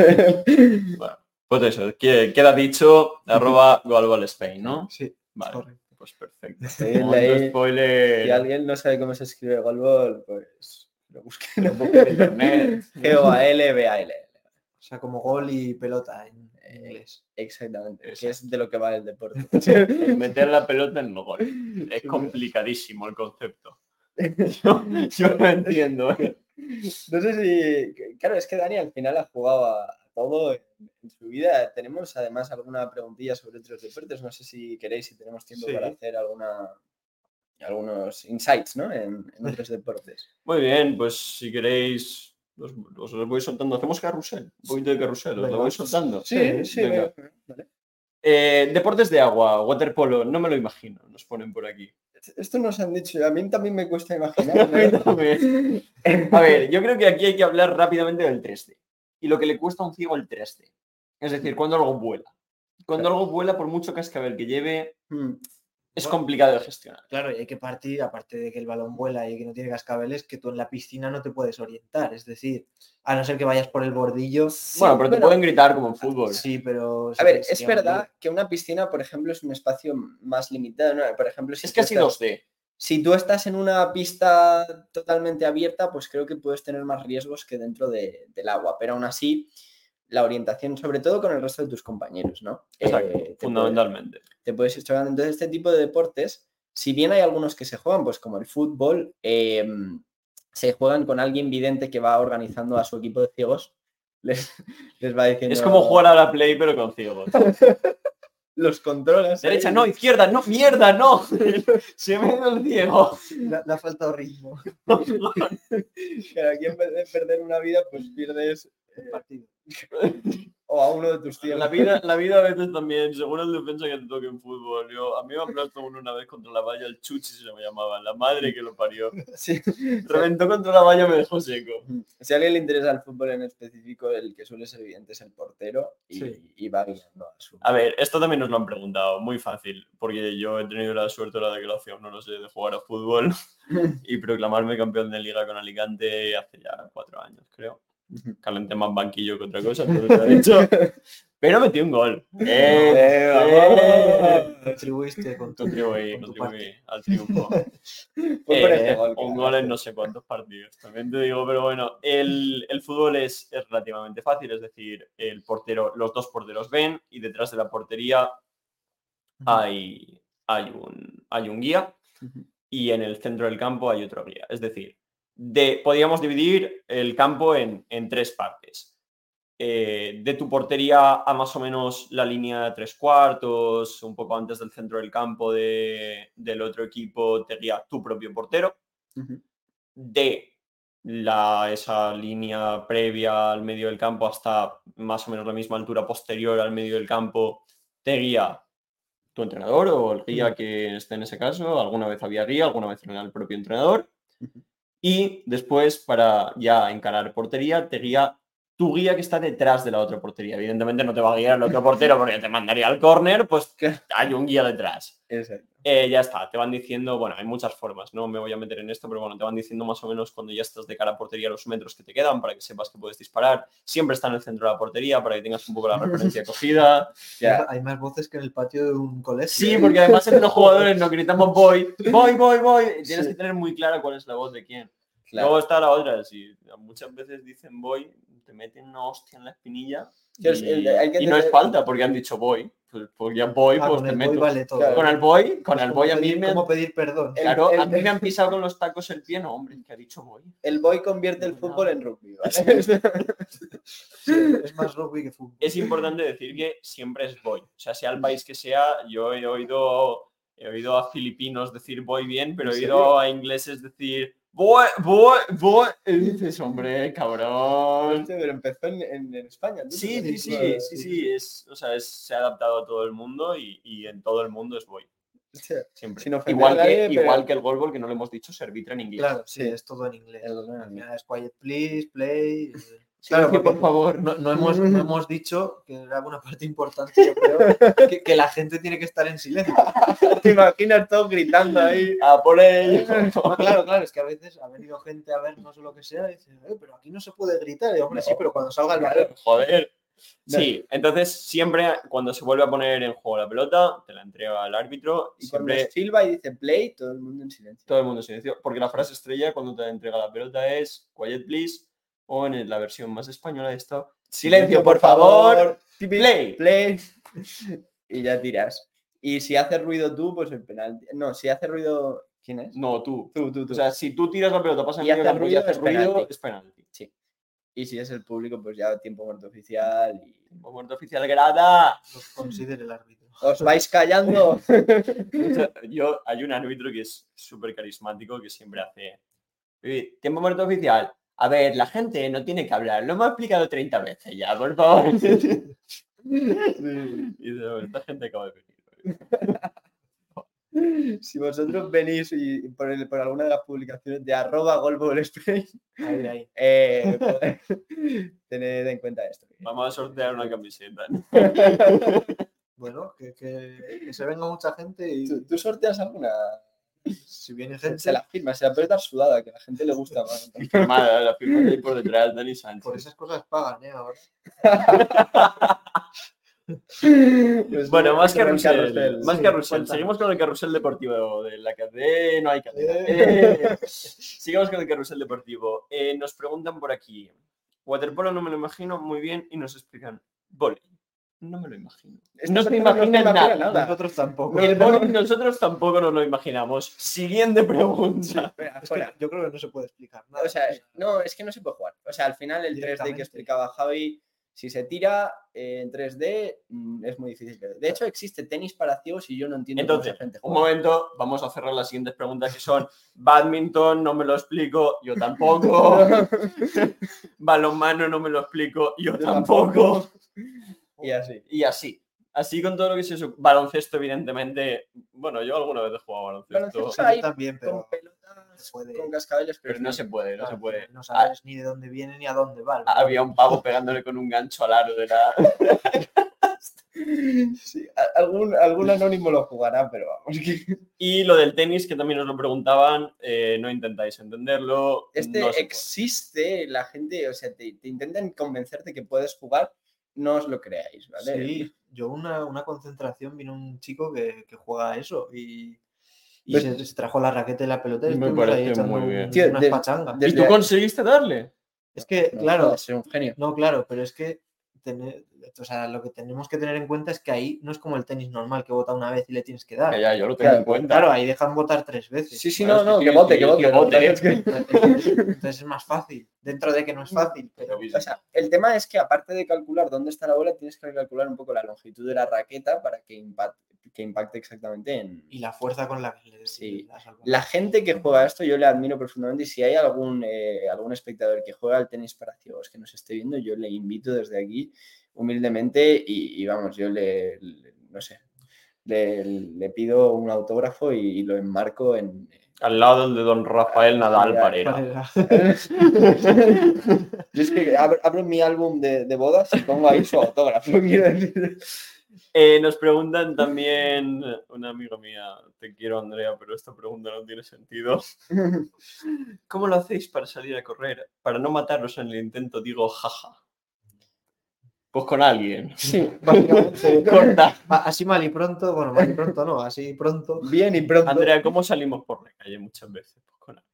Bueno, pues eso, que- queda dicho, arroba Golball Spain, ¿no? Sí, Vale, correcto. pues perfecto. Seguidle Momento ahí. spoiler. Si alguien no sabe cómo se escribe Golball, pues lo busquen. Lo busquen en internet. G O A L B A L. O sea, como gol y pelota en, en inglés. Exactamente, Exacto. que es de lo que va el deporte. Meter la pelota en el gol. Es complicadísimo el concepto. Yo, yo no entiendo. ¿eh? No sé si... Claro, es que Dani al final ha jugado a todo en, en su vida. Tenemos además alguna preguntilla sobre otros deportes. No sé si queréis, si tenemos tiempo Sí. para hacer alguna algunos insights, ¿no? En, en otros deportes. Muy bien, pues si queréis, os, os los voy soltando. Hacemos carrusel, un poquito de carrusel, os lo Venga. voy soltando. Sí, sí, venga. vale. Eh, deportes de agua, waterpolo, no me lo imagino, nos ponen por aquí. Esto nos han dicho, a mí también me cuesta A imaginar. mí también. A ver, yo creo que aquí hay que hablar rápidamente del tres D y lo que le cuesta a un ciego el tres D. Es decir, cuando algo vuela. Cuando Claro. algo vuela, por mucho cascabel que lleve, Hmm. es complicado de gestionar. Claro, y hay que partir, aparte de que el balón vuela y que no tiene cascabeles, que tú en la piscina no te puedes orientar. Es decir, a no ser que vayas por el bordillo. Bueno, pero te bueno, pueden gritar como en fútbol. Sí, pero. A ver, es sería muy verdad duro. que una piscina, por ejemplo, es un espacio más limitado, ¿no? Por ejemplo, si Es tú casi estás- dos D. Si tú estás en una pista totalmente abierta, pues creo que puedes tener más riesgos que dentro de- del agua, pero aún así la orientación, sobre todo con el resto de tus compañeros, ¿no? Exacto, Eh, te fundamentalmente. puede- te puedes ir chocando. Entonces, este tipo de deportes, si bien hay algunos que se juegan, pues como el fútbol, eh, se juegan con alguien vidente que va organizando a su equipo de ciegos, les, les va diciendo... Es como jugar a la Play pero con ciegos. Los controlas. ¿eh? Derecha, no, izquierda, no, mierda, no. Se me ha ido el ciego. Le, le ha faltado ritmo. Pero aquí en vez de perder una vida, pues pierdes el partido. o a uno de tus tíos. La vida, la vida a veces también, según el defensa que te toque en fútbol. Yo, a mí me aplastó uno una vez contra la valla, el Chuchi se me llamaba, la madre que lo parió. Sí. Reventó contra la valla, me dejó seco. Si a alguien le interesa el fútbol en específico, el que suele ser evidente es el portero y, Sí. y va guiando a su... A ver, esto también nos lo han preguntado, muy fácil, porque yo he tenido la suerte, la desgracia, no lo sé, de jugar a fútbol y proclamarme campeón de liga con Alicante hace ya cuatro años, creo. Calenté más banquillo que otra cosa, pero, te he dicho. Pero metí un gol. ¡Eh! ¡Eh, vamos! Contribuiste con tu, Contribuí, con tu contribuí al triunfo. Fue por Eh, ese gol. un que gol en ganaste. no sé cuántos partidos, también te digo, pero bueno, el, el fútbol es, es relativamente fácil, es decir, el portero, los dos porteros ven y detrás de la portería hay, hay, un, hay un guía y en el centro del campo hay otro guía. Es decir, de, podríamos dividir el campo en, en tres partes. Eh, de tu portería a más o menos la línea de tres cuartos, un poco antes del centro del campo de, del otro equipo, te guía tu propio portero. Ujú. De la, esa línea previa al medio del campo hasta más o menos la misma altura posterior al medio del campo, te guía tu entrenador o el guía que esté en ese caso. Alguna vez había guía, alguna vez era el propio entrenador. Y después, para ya encarar portería, te guía tu guía que está detrás de la otra portería. Evidentemente no te va a guiar el otro portero porque te mandaría al córner, pues hay un guía detrás. Exacto. Eh, ya está, te van diciendo, bueno, hay muchas formas, no me voy a meter en esto, pero bueno, te van diciendo más o menos cuando ya estás de cara a portería los metros que te quedan para que sepas que puedes disparar. Siempre está en el centro de la portería para que tengas un poco la referencia cogida. Ya. Hay más voces que en el patio de un colegio. Sí, porque además entre los jugadores nos gritamos voy, voy, voy, voy. Tienes Sí. que tener muy clara cuál es la voz de quién. Claro. Luego está la otra, si muchas veces dicen voy, te meten una hostia en la espinilla y, Dios, el- hay que y no es entender- falta porque han dicho voy. Pues, pues ya voy, Ah, pues con te el meto. boy vale todo. Claro. Con el boy, con Es el como boy a mí pedir- me han, ¿Cómo pedir perdón? El- claro, el- a mí me han pisado con los tacos el pie, no, hombre, que ha dicho voy. El boy convierte el No, fútbol no. en rugby, ¿vale? Sí, es más rugby que fútbol. Es importante decir que siempre es voy. O sea, sea el país que sea, yo he oído, he oído a filipinos decir voy bien, pero ¿En he serio? oído a ingleses decir voy, voy, voy. Y dices, hombre, cabrón. Hostia, pero empezó en, en- en España. ¿no? Sí, sí, sí, sí, sí, es, o sea, es- se ha adaptado a todo el mundo y, y en todo el mundo es voy. Hostia, Siempre. sin ofender Igual, a nadie, que, pero- igual que el golbol, que no le hemos dicho, servitra en inglés. Claro, sí, Sí. es todo en inglés. El- el- Al final es quiet please, play. eh. Claro, Claro, por porque favor. no, no hemos, no hemos dicho, que era una parte importante, yo creo, que, que la gente tiene que estar en silencio. Te imaginas todos gritando ahí. A por ello. No, claro, claro, es que a veces ha venido gente a vernos o lo que sea y dice, "Eh, pero aquí no se puede gritar". Y hombre, sí, pero cuando salga el balón. Joder. Sí, entonces siempre cuando se vuelve a poner en juego la pelota, te la entrega el árbitro y Y cuando siempre silba y dice play, todo el mundo en silencio. todo el mundo en silencio. Porque la frase estrella cuando te entrega la pelota es quiet please, o en la versión más española de esto, silencio por favor, play. Play. Y ya tiras. Y si hace ruido tú, pues el penalti. No, si hace ruido. ¿Quién es? No, tú. Tú, tú, tú. O sea, si tú tiras la pelota, pasa en Y medio hace campo y ruido, hace es ruido, penalti. es penalti. Sí. Y si es el público, pues ya tiempo muerto oficial. Y... Tiempo muerto oficial grada. Los considere el árbitro. ¡Os vais callando! O sea, yo, hay un árbitro que es súper carismático que siempre hace "Eh, tiempo muerto oficial. A ver, la gente no tiene que hablar. Lo hemos explicado treinta veces ya, por favor". Y dice, "A ver, esta gente acaba de venir". Si vosotros venís y por, el- por alguna de las publicaciones de arroba golballspray, Ahí, ahí. eh, podéis tened en cuenta esto. Vamos a sortear una camiseta. Bueno, que, que- que se venga mucha gente y ¿Tú, tú sorteas alguna? si viene Se, gente, se la firma, se la puedes dar sudada, que a la gente le gusta más. Firmada, la firma de ahí por detrás, Dani Sánchez. por esas cosas pagan, ¿eh? Ahora. Pues Bueno, sí, más otro carrusel. carrusel. Más Sí, carrusel. cuéntanos. Seguimos con el carrusel deportivo de la cadena. No hay cadena. Eh. Eh. Sigamos con el carrusel deportivo. Eh, nos preguntan por aquí. Waterpolo no me lo imagino muy bien y nos explican. Volei. No me lo imagino. Esta No se persona no se imaginan imagina nada. nada. Nosotros tampoco. Y el volei nosotros tampoco nos lo imaginamos. Siguiente pregunta. Espera, Es que fuera. yo creo que no se puede explicar nada. O sea, no, es que no se puede jugar. O sea, al final el tres D que Directamente. explicaba Javi, si se tira eh, en tres D mm, es muy difícil. De hecho, existe tenis para ciegos y yo no entiendo Entonces, cómo esa gente un juega. momento, vamos a cerrar las siguientes preguntas que son badminton, no me lo explico, yo tampoco. Balonmano, no me lo explico, yo, Yo tampoco. Y así. Y así. Así con todo lo que se su- baloncesto, evidentemente. Bueno, yo alguna vez he jugado baloncesto, Baloncesto, Sí, ahí, yo también, Con pero pelotas, puede- con cascabeles, pero no se puede, no claro, se puede. no sabes ni de dónde viene ni a dónde va. el balón. Había un pavo pegándole con un gancho al aro de la. Sí, a- algún, algún anónimo lo jugará, pero vamos. que- Y lo del tenis, que también nos lo preguntaban, eh, no intentáis entenderlo. Este no se puede. existe, la gente, o sea, te, te intentan convencerte que puedes jugar, no os lo creáis, ¿vale? Sí, yo una, una concentración vino un chico que, que juega a eso y, y Pues- se, se trajo la raqueta y la pelota y Me estuvimos ahí parece echando muy un- bien. Tío, unas de- pachangas. de- ¿Y tú desde- conseguiste darle? Es que, No, claro, jodas, soy un genio. no, claro, pero es que tener, o sea, lo que tenemos que tener en cuenta es que ahí no es como el tenis normal que vota una vez y le tienes que dar. Que ya, yo lo tengo Claro, en cuenta. Claro, ahí dejan votar tres veces. Sí, sí, Bueno, no, no, sí, que sí, vote, sí, que vote. que lo vote. que pasa es que- Entonces es más fácil. Dentro de que no es fácil, pero O sea, el tema es que aparte de calcular dónde está la bola, tienes que calcular un poco la longitud de la raqueta para que impacte, que impacte exactamente en... y la fuerza con la que le Sí. das al balón. La gente que juega esto yo le admiro profundamente y si hay algún, eh, algún espectador que juega al tenis para ciegos que nos esté viendo, yo le invito desde aquí humildemente y, y vamos, yo le, le- no sé, le, le pido un autógrafo y, y lo enmarco en... Al lado del de don Rafael Nadal Ya, Parera. Para- Yo es que abro, abro mi álbum de, de bodas y pongo ahí su autógrafo, quiero decir. Eh, nos preguntan también, una amiga mía, te quiero Andrea, pero esta pregunta no tiene sentido. ¿Cómo lo hacéis para salir a correr? Para no mataros en el intento, digo, jaja. Pues con alguien. Sí, básicamente. Corta. Ah, así mal y pronto, bueno, mal y pronto no, así pronto. Bien y pronto. Andrea, ¿cómo salimos por la calle muchas veces? Pues con alguien.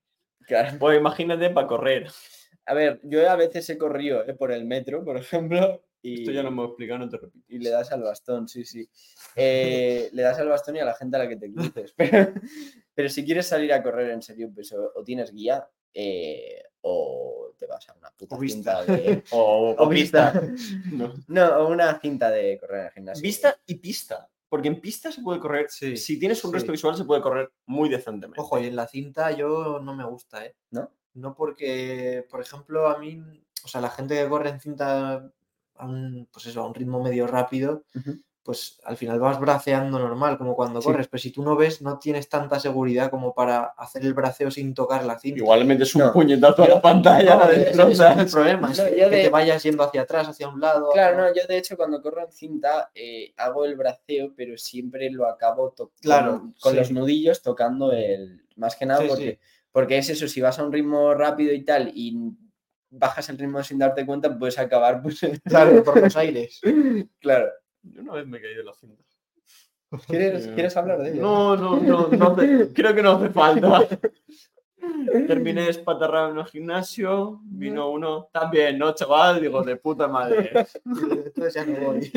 Claro. Pues imagínate para correr. A ver, yo a veces he corrido ¿eh? por el metro, por ejemplo, y, Esto ya no me he explicado, no te repito. y le das al bastón, sí, sí. Eh, le das al bastón y a la gente a la que te cruces. Pero, pero si quieres salir a correr en serio, pues o, o tienes guía eh, o te vas a una puta O cinta vista. de... O, o o pista. vista. No. No, o una cinta de correr en el gimnasio. Vista y pista. Porque en pista se puede correr. Sí, Si tienes un sí. resto visual, se puede correr muy decentemente. Ojo, y en la cinta yo no me gusta, ¿eh? ¿No? No porque, por ejemplo, a mí, o sea, la gente que corre en cinta a un, pues eso, a un ritmo medio rápido, Ujú. pues al final vas braceando normal, como cuando Sí. corres, pero si tú no ves, no tienes tanta seguridad como para hacer el braceo sin tocar la cinta. Igual le metes un No. puñetazo a la pantalla, No, la ese- ese destrozas. es el problema, es No, que, yo que de- te vayas yendo hacia atrás, hacia un lado. Claro, hacia- no, yo de hecho cuando corro en cinta eh, hago el braceo, pero siempre lo acabo to- Claro, con, con sí. los nudillos tocando el... Más que nada Sí, porque, sí. porque es eso, si vas a un ritmo rápido y tal y bajas el ritmo sin darte cuenta, puedes acabar pues... Claro, por los aires. Claro. Yo una vez me caí de la cinta. ¿Quieres, Sí. ¿quieres hablar de ello? No, no, no, no hace- creo que no hace falta. Terminé espatarrado en el gimnasio, vino uno, también, ¿no, chaval? Digo, de puta madre. Entonces ya no voy.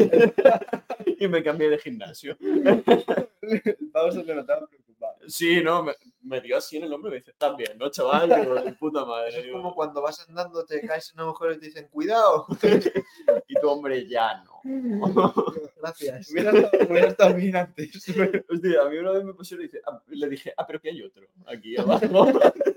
Y me cambié de gimnasio. Vamos a notaba preocupado. Sí, no, me, me dio así en el hombro y me dice, también, ¿no, chaval? Digo, de puta madre. Eso es Digo, como cuando vas andando, te caes en un agujero y te dicen, cuidado. y tu hombre, ya no. Gracias. Hubiera estado, hubiera estado bien antes. Hostia, a mí una vez me pasó y le, dice, ah, le dije, ah, pero que hay otro, aquí abajo.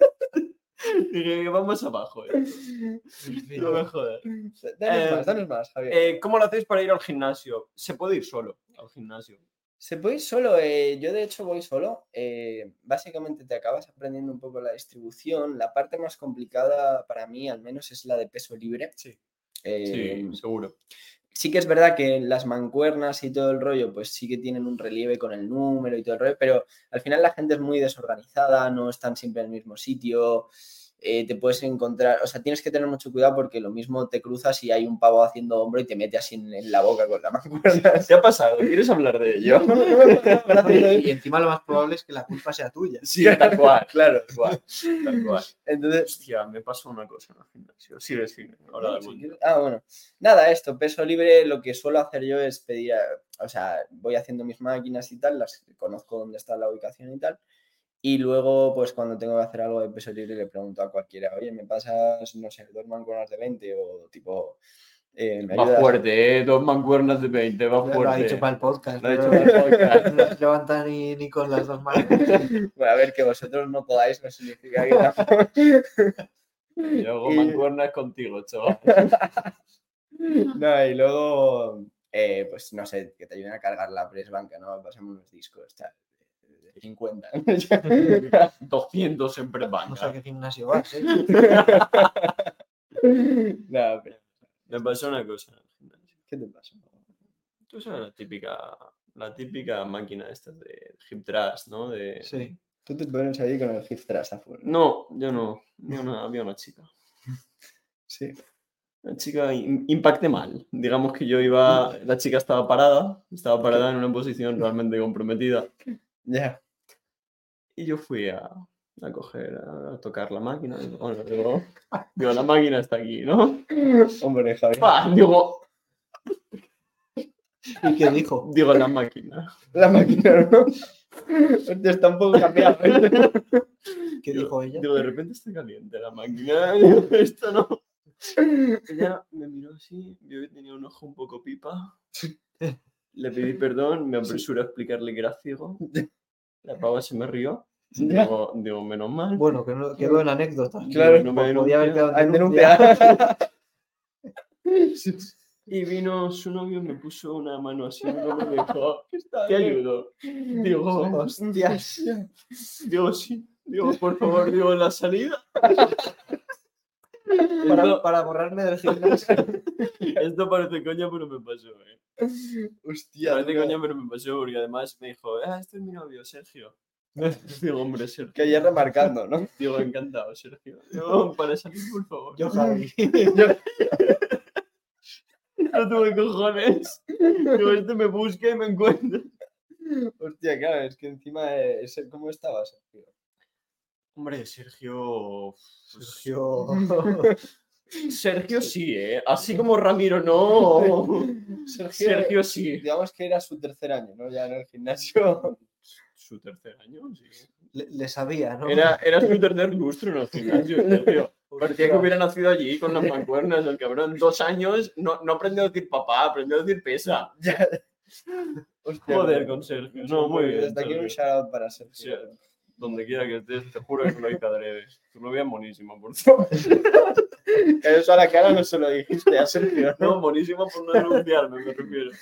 Dije, vamos abajo. eh. No me jodas. Danos Eh, más, danos más, Javier. Eh, ¿Cómo lo hacéis para ir al gimnasio? ¿Se puede ir solo al gimnasio? ¿Se puede ir solo? Eh, yo de hecho voy solo. Eh, básicamente te acabas aprendiendo un poco la distribución. La parte más complicada para mí, al menos, es la de peso libre. Sí. Eh, Sí, seguro. sí que es verdad que las mancuernas y todo el rollo, pues sí que tienen un relieve con el número y todo el rollo, pero al final la gente es muy desorganizada, no están siempre en el mismo sitio. Eh, te puedes encontrar, o sea, tienes que tener mucho cuidado porque lo mismo te cruzas y hay un pavo haciendo hombro y te mete así en, en la boca con la mancuerna. ¿Te ha pasado? ¿Quieres hablar de ello? No, no me ha pasado, gracias a Dios. Y encima lo más probable es que la culpa sea tuya. Sí, tal cual. Claro. Tal cual. Tal cual. Entonces, Hostia, me pasó una cosa en el gimnasio. Sigue, sigue. Ahora no, da si cuenta. quieres- ah, bueno. Nada, esto, peso libre, lo que suelo hacer yo es pedir, a- o sea, voy haciendo mis máquinas y tal, las conozco dónde está la ubicación y tal, y luego, pues cuando tengo que hacer algo de peso libre, le pregunto a cualquiera, oye, ¿me pasas, no sé, dos mancuernas de veinte? O tipo, eh, ¿me Va ayudas? fuerte, ¿eh? Dos mancuernas de veinte, va Lo ha fuerte. dicho para el podcast. Lo ha pero dicho para el podcast. No se levanta ni, ni con las dos manos. Bueno, a ver, que vosotros no podáis, no significa que tampoco. Yo hago Y- mancuernas contigo, chaval. No, y luego, eh, pues no sé, que te ayuden a cargar la press banca, ¿no? Pasamos unos discos, tal, de, de cincuenta. doscientos en No sé a prebanca. qué gimnasio vas, ¿eh? No, pero, Me pasó una cosa en el gimnasio. ¿qué te pasa? Tú sabes la típica, la típica máquina esta de hip thrust, ¿no? De... Sí. Tú te pones ahí con el hip thrust a full. No, yo no. Había una, había una chica. Sí. La chica im- impacté mal. Digamos que yo iba, la chica estaba parada, estaba parada en una posición realmente comprometida. Ya. Y yo fui a, a coger, a, tocar la máquina. Digo, bueno, digo, digo, la máquina está aquí, ¿no? Hombre, Javier. ¡Pah! Digo, ¿Y qué dijo? digo, la máquina. La máquina, ¿no? Hostia, está un poco cambiado. ¿eh? ¿Qué Digo- dijo ella? Digo, de repente está caliente la máquina. Digo, esto no. Ella me miró así, vio que tenía un ojo un poco pipa. Le pedí perdón, me apresuré a explicarle que era ciego. La pava se me rió. Ya. Digo, digo, menos mal. Bueno, que no, quedó en anécdota. Claro, no me Pues podía haber denuncia. quedado en En denuncia. denuncia. Y vino su novio y me puso una mano así en el hombro y me dijo, Está ¿te bien. ayudo? Digo, Hostias. digo, sí. Digo, por favor, digo, la salida. Para, Esto, para borrarme del gimnasio. esto parece coña, pero me pasó, ¿eh? Hostia. Parece no. coña, pero me pasó, porque además me dijo, ah, este es mi novio, Sergio. Digo, hombre, Sergio. Que ayer remarcando, ¿no? Digo, encantado, Sergio. Digo, para salir, por favor. Yo, Javi. No tuve cojones. Digo, este me busca y me encuentra. Hostia, claro, es que encima, eh, ese- ¿cómo estabas? Hombre, Sergio... Sergio... Sergio sí, ¿eh? Así como Ramiro no. Sergio, Sergio sí. Digamos que era su tercer año, ¿no? Ya en el gimnasio. Su tercer año, sí. Le, le sabía, ¿no? Era, era su tercer lustro en el gimnasio, Sergio. Parecía que hubiera nacido allí con las mancuernas, el cabrón. Dos años no, no aprendió a decir papá, aprendió a decir pesa. Ya. Hostia, Joder, pero- con Sergio. No, muy bien. Desde aquí un Sergio. shout out para Sergio. Sí, donde quiera que estés, te juro que no lo hice adrede. Tu novia es monísima, por favor. Que eso a la cara no se lo dijiste a Sergio, ¿no? No, monísima por no denunciarme, me refiero.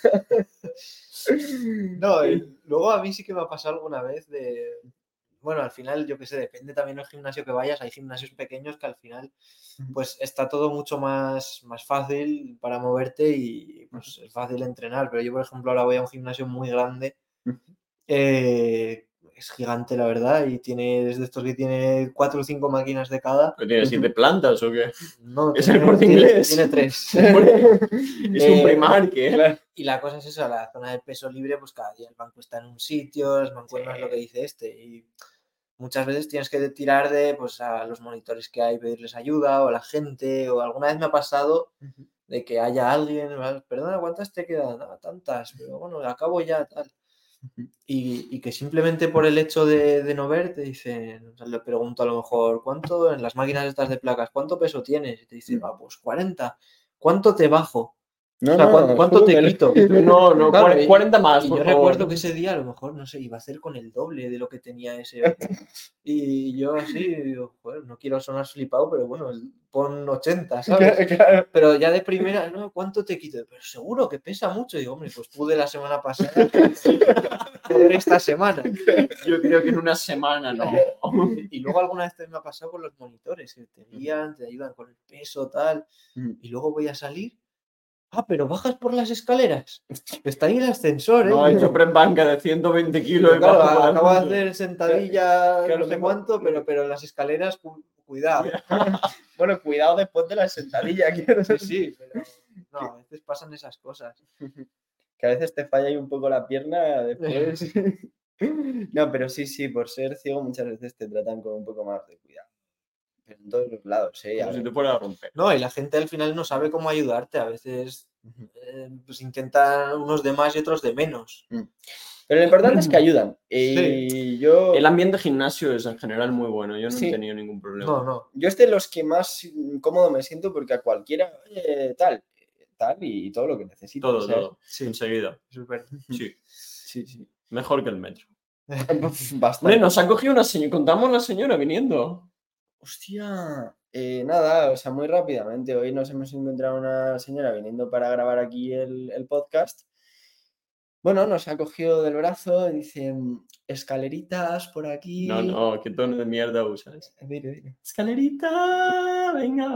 No, y luego a mí sí que me ha pasado alguna vez de... Bueno, al final, yo qué sé, depende también del gimnasio que vayas. Hay gimnasios pequeños que al final pues está todo mucho más, más fácil para moverte y pues es fácil entrenar. Pero yo, por ejemplo, ahora voy a un gimnasio muy grande. Eh, es gigante, la verdad, y tiene desde estos que tiene cuatro o cinco máquinas de cada. ¿Pero tiene siete plantas o qué? No, ¿Es tiene, el Corte tiene- Inglés? Tiene tres. Es Eh, un Primark, ¿eh? Y la cosa es esa, la zona del peso libre, pues cada día el banco está en un sitio, las mancuernas Sí. lo que dice este. Y muchas veces tienes que tirar de pues a los monitores que hay, pedirles ayuda, o a la gente, o alguna vez me ha pasado de que haya alguien, ¿vale? Perdona, ¿cuántas te quedan? "Ah, tantas, pero bueno, acabo ya, tal. Y, y que simplemente por el hecho de, de no ver te dicen, o sea, le pregunto a lo mejor, ¿cuánto en las máquinas estas de placas, cuánto peso tienes? Y te dicen, ah, pues cuarenta. ¿Cuánto te bajo? No, O sea, ¿cuánto, no, cuánto te súbemelo. quito? Y tú, no, no, Claro, cuare- y- cuarenta más, Y por yo favor. recuerdo que ese día a lo mejor, no sé, iba a hacer con el doble de lo que tenía ese. Y yo así, digo, joder, no quiero sonar flipado, pero bueno, el- pon ochenta, ¿sabes? Claro. Pero ya de primera, no, ¿cuánto te quito? Pero seguro que pesa mucho. Y digo, hombre, pues pude la semana pasada, poder esta semana. Yo creo que en una semana no. Y luego alguna vez me ha pasado con los monitores, que te guían, te ayudan con el peso, tal. Y luego voy a salir. Ah, pero bajas por las escaleras. Está ahí el ascensor, ¿eh? No, he hecho press banca de ciento veinte kilos. y Claro, bajo por el acabo de ascensor. hacer sentadilla Claro, no sé tengo- cuánto, pero, pero en las escaleras, cu- cuidado. Bueno, cuidado después de la sentadilla, quiero Sí, sí, pero no, a veces pasan esas cosas. Que a veces te falla ahí un poco la pierna después. No, pero sí, sí, por ser ciego muchas veces te tratan con un poco más de cuidado. Pero en todos los lados, ¿eh? A Como si ver. te fuera a romper. No, y la gente al final no sabe cómo ayudarte. A veces eh, pues intentan unos de más y otros de menos. Pero lo importante es que ayudan. Y yo, El ambiente gimnasio es en general muy bueno. Yo no Sí. he tenido ningún problema. No, no. yo es de los que más cómodo me siento porque a cualquiera, oye, tal, tal y todo lo que necesito. Todo, todo. Sí. Enseguida. Súper. Sí. Sí, sí. Mejor que el metro. Bastante. Hombre, nos ha cogido una señora. Contamos la señora viniendo. Hostia, eh, nada, o sea, muy rápidamente. Hoy nos hemos encontrado una señora viniendo para grabar aquí el, el podcast. Bueno, nos ha cogido del brazo y dice, escaleritas por aquí. No, no, qué tono de mierda usas. Dile, dile. Escalerita, venga,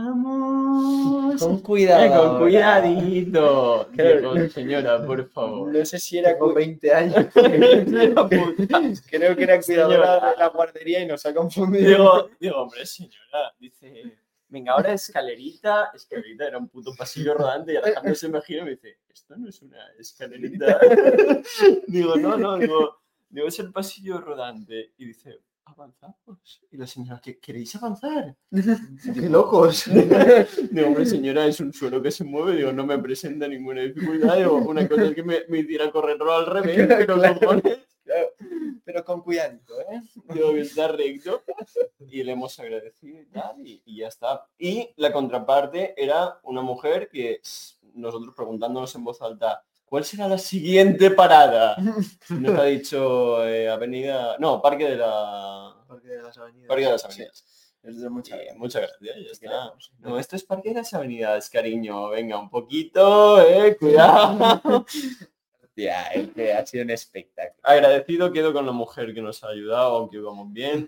bajamos. Con cuidado. Eh, con ahora. cuidadito. Claro. Digo, señora, por favor. No sé si era Tengo cu- veinte años. La puta. Creo que era cuidadora Señora. de la guardería y nos ha confundido. Digo, digo, hombre, señora, dice, venga, ahora escalerita. Escalerita era un puto pasillo rodante y Alejandro se me gira y me dice, esto no es una escalerita. Digo, no, no, digo, digo, es el pasillo rodante. Y dice, avanzamos. Y la señora, ¿qué queréis avanzar? ¡Qué locos! Digo, hombre, señora, es un suelo que se mueve. Digo, no me presenta ninguna dificultad. Digo, una cosa es que me, me hiciera correrlo al revés, pero Claro. cojones. Claro, pero con cuidadito, ¿eh? Digo, que está recto. Y le hemos agradecido y tal, y, y ya está. Y la contraparte era una mujer que s- nosotros preguntándonos en voz alta, ¿cuál será la siguiente parada? Y nos ha dicho eh, Avenida... No, Parque de la... Parque de las Avenidas. Parque de las Avenidas. Es de mucha Sí, muchas gracias, ya está. queremos. No, esto es Parque de las Avenidas, cariño. Venga, un poquito, eh, cuidado. Ya, es que ha sido un espectáculo. Agradecido quedo con la mujer que nos ha ayudado, aunque íbamos bien.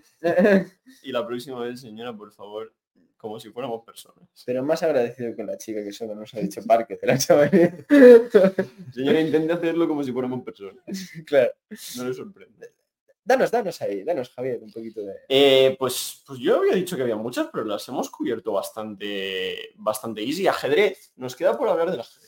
Y la próxima vez, señora, por favor, como si fuéramos personas. Pero más agradecido con la chica que solo nos ha dicho parque de la chavalía. Señora, intente hacerlo como si fuéramos personas. Claro. No le sorprende. Danos, danos ahí, danos, Javier, un poquito de... Eh, pues, pues yo había dicho que había muchas, pero las hemos cubierto bastante, bastante easy. Ajedrez. Nos queda por hablar del ajedrez.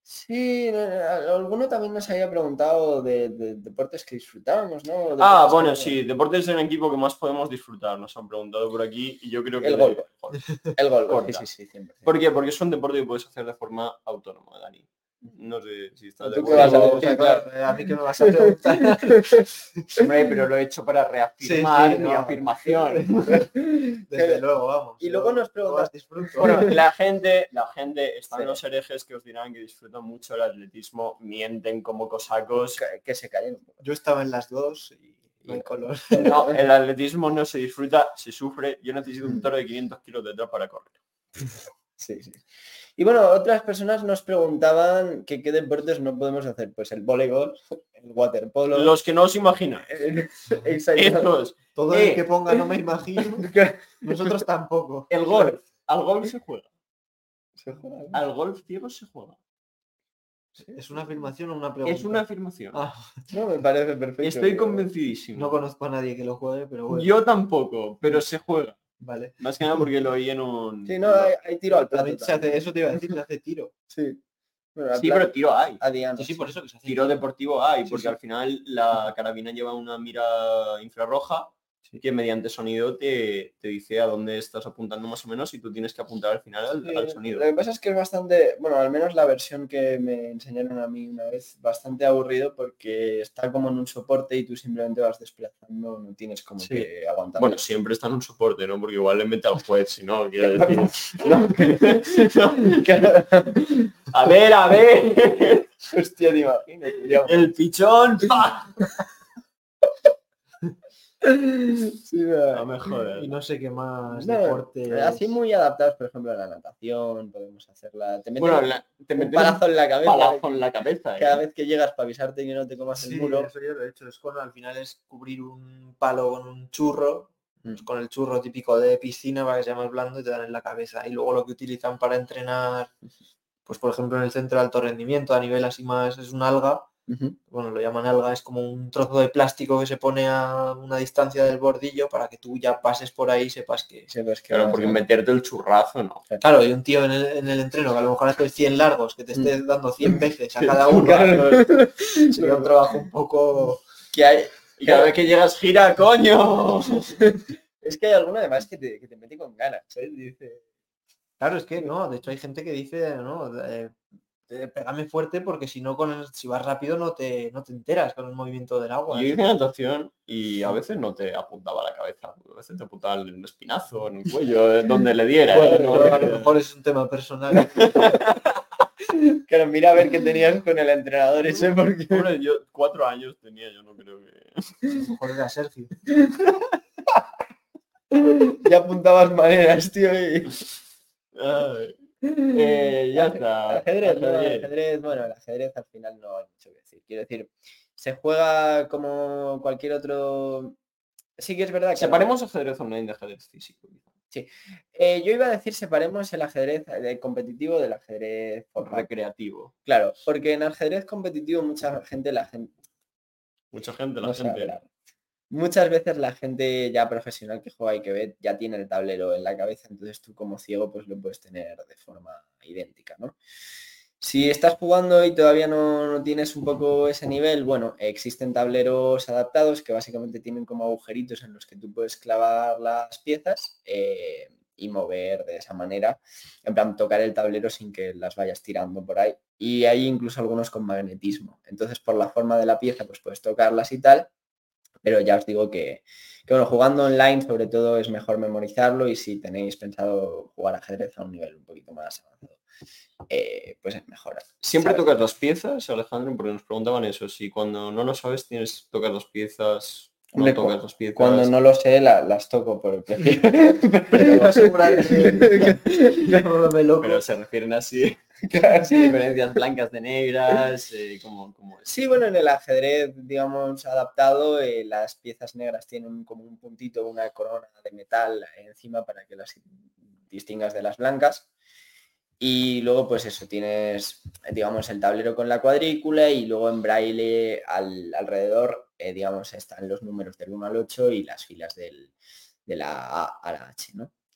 Sí, no, no, alguno también nos había preguntado de, de deportes que disfrutábamos, ¿no? Deportes Ah, que bueno, no- sí, deportes en equipo que más podemos disfrutar, nos han preguntado por aquí y yo creo que El el golf. golf. El golf, sí, Corta. sí, sí, cien por ciento. ¿Por qué? Porque es un deporte que puedes hacer de forma autónoma, Dani. No sé si estás de ¿Tú qué acuerdo. vas a O decir? sea, Claro. claro, a mí que me vas a preguntar. Hombre, pero lo he hecho para reafirmar Sí, sí, mi no. afirmación. Desde luego, vamos. Y yo luego nos pregunta- más disfruto. Bueno, la gente, la gente, están Sí. los herejes que os dirán que disfrutan mucho el atletismo, mienten como cosacos. Que, que se callen un poco. Yo estaba en las dos y no hay color. No, el atletismo no se disfruta, se sufre. Yo necesito un toro de quinientos kilos detrás para correr. Sí, sí. Y bueno, otras personas nos preguntaban que qué deportes no podemos hacer. Pues el voleibol, el waterpolo. Los que no os imagináis. Exacto. Estos. Todo Eh. el que ponga no me imagino. Nosotros tampoco. El golf. Al golf se juega. Se juega, ¿no? Al golf ciego se juega. ¿Es una afirmación o una pregunta? Es una afirmación. Ah, No, me parece perfecto. Estoy convencidísimo. no conozco a nadie que lo juegue, pero bueno. Yo tampoco, pero se juega. Vale. Más que nada porque lo oí en un... Sí, no, hay, hay tiro al plato. También se hace, eso te iba a decir, se hace tiro. Sí. Bueno, al Sí, plato, pero tiro hay. a diana, Sí, sí, por eso que se hace Tiro deportivo hay, Sí, porque sí. al final la carabina lleva una mira infrarroja que mediante sonido te, te dice a dónde estás apuntando más o menos y tú tienes que apuntar al final al, Sí, al sonido. Lo que pasa es que es bastante, bueno, al menos la versión que me enseñaron a mí una vez, bastante aburrido porque está como en un soporte y tú simplemente vas desplazando, no tienes como Sí. que aguantar. Bueno, siempre está en un soporte, ¿no? Porque igual le mete al juez, si no, quiero decir... No. A ver, a ver. Hostia, te imaginas, tío. El pichón. ¡Pa! Sí, no. No me jodas. Y no sé qué más No, deportes. así muy adaptados, por ejemplo, a la natación, podemos hacerla. Te meten Bueno, la- te un meten palazo en la un cabeza palazo en la cabeza. cada ¿eh? vez que llegas para avisarte que no te comas Sí, el muro. eso yo lo he hecho. Es con, al final es cubrir un palo con un churro, pues con el churro típico de piscina para que sea más blando y te dan en la cabeza. Y luego lo que utilizan para entrenar, pues por ejemplo en el centro de alto rendimiento a nivel así más, es un alga. Ujú. Bueno, lo llaman alga, es como un trozo de plástico que se pone a una distancia del bordillo para que tú ya pases por ahí y sepas que... Sí, pues que Claro, vas porque a- meterte el churrazo, no. Claro, y un tío en el, en el entreno que a lo mejor hace cien largos, que te esté dando cien veces a cada uno, Claro. sería un trabajo un poco... Que hay, Y cada vez que llegas, gira, coño. es que hay alguno además que te, que te mete con ganas, ¿sabes? Dice, Claro, es que no, de hecho hay gente que dice, no, eh, eh, pégame fuerte porque si no, con el- si vas rápido no te, no te enteras con el movimiento del agua. Yo hice natación y a veces no te apuntaba la cabeza, a veces te apuntaba en el espinazo, en el cuello, en donde le diera. ¿eh? Bueno, No, a lo mejor es un tema personal. claro, mira a ver qué tenías con el entrenador ese porque Hombre, yo cuatro años tenía, yo no creo que... A lo mejor era Sergio. ya apuntabas maneras, tío. Y... Ay. Eh, ya está. Ajedrez, no, el Ajedrez. ajedrez, bueno, el ajedrez al final no hay mucho que decir. Quiero decir, se juega como cualquier otro. Sí que es verdad que Separemos ajedrez online de ajedrez físico. Eh, yo iba a decir separemos el ajedrez eh, competitivo del ajedrez formal. Recreativo. Claro, porque en ajedrez competitivo mucha gente, la gente, Mucha gente, la no sabe gente... hablar. Muchas veces la gente ya profesional que juega y que ve ya tiene el tablero en la cabeza, entonces tú como ciego pues lo puedes tener de forma idéntica, ¿no? Si estás jugando y todavía no, no tienes un poco ese nivel, bueno, existen tableros adaptados que básicamente tienen como agujeritos en los que tú puedes clavar las piezas eh, y mover de esa manera, en plan tocar el tablero sin que las vayas tirando por ahí. Y hay incluso algunos con magnetismo. Entonces por la forma de la pieza pues puedes tocarlas y tal. Pero ya os digo que, que, bueno, jugando online sobre todo es mejor memorizarlo y si tenéis pensado jugar ajedrez a un nivel un poquito más avanzado, eh, pues es mejor. Siempre ¿sabes? tocas las piezas, Alejandro, porque nos preguntaban eso. Si cuando no lo sabes tienes que tocar las piezas, no Hombre, tocas las piezas. Cuando no lo sé la- las toco por prefiero. Pero asegurar que no me loco. Pero se refieren así. Claro, sí. Diferencias blancas de negras, eh, como, como es. Sí, bueno, en el ajedrez, digamos, adaptado, eh, las piezas negras tienen como un puntito, una corona de metal encima para que las distingas de las blancas. Y luego, pues eso, tienes, digamos, el tablero con la cuadrícula y luego en braille al, alrededor, eh, digamos, están los números del uno al ocho y las filas del, de la A a la H, ¿no?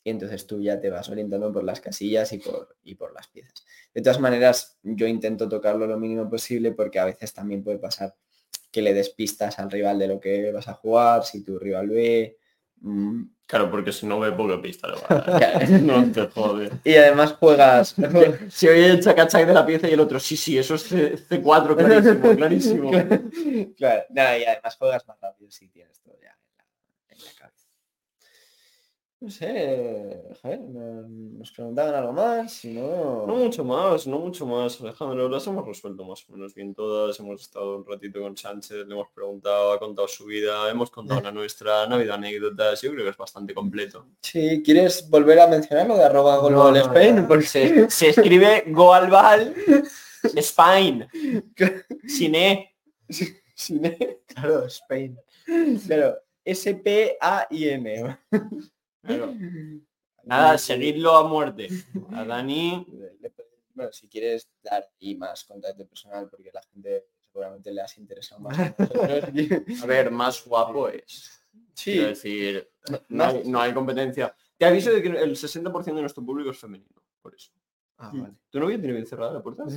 y entonces tú ya te vas orientando por las casillas y por, y por las piezas. De todas maneras, yo intento tocarlo lo mínimo posible porque a veces también puede pasar que le despistas al rival de lo que vas a jugar, si tu rival ve... Mmm, Claro, porque si no ve poca pista, le va a dar. No te jode. y además juegas... Si oye el chacachac de la pieza y el otro, sí, sí, eso es C cuatro, clarísimo, clarísimo. Claro, nada, y además juegas más rápido si tienes todo ya en la, en la cabeza. No sé, joder, nos preguntaban algo más, si no... No mucho más, no mucho más, Alejandro, las hemos resuelto más o menos bien todas, hemos estado un ratito con Sánchez, le hemos preguntado, ha contado su vida, hemos contado la nuestra, no ha habido anécdotas, yo creo que es bastante completo. Sí, ¿quieres volver a mencionar lo de arroba golbal no, Spain? no. Porque Se, se escribe Goalbal Spain, sin E. Sin E. Claro, Spain. Claro, S P A I N. Claro. Nada, seguidlo a muerte. A Dani. Bueno, si quieres dar ahí más contacto personal, porque la gente seguramente le has interesado más. A ver, más guapo es. Sí. Quiero decir, no hay, no hay competencia. Te aviso de que el sesenta por ciento de nuestro público es femenino, por eso. Ah, vale. ¿Tu novio tiene bien cerrada la puerta?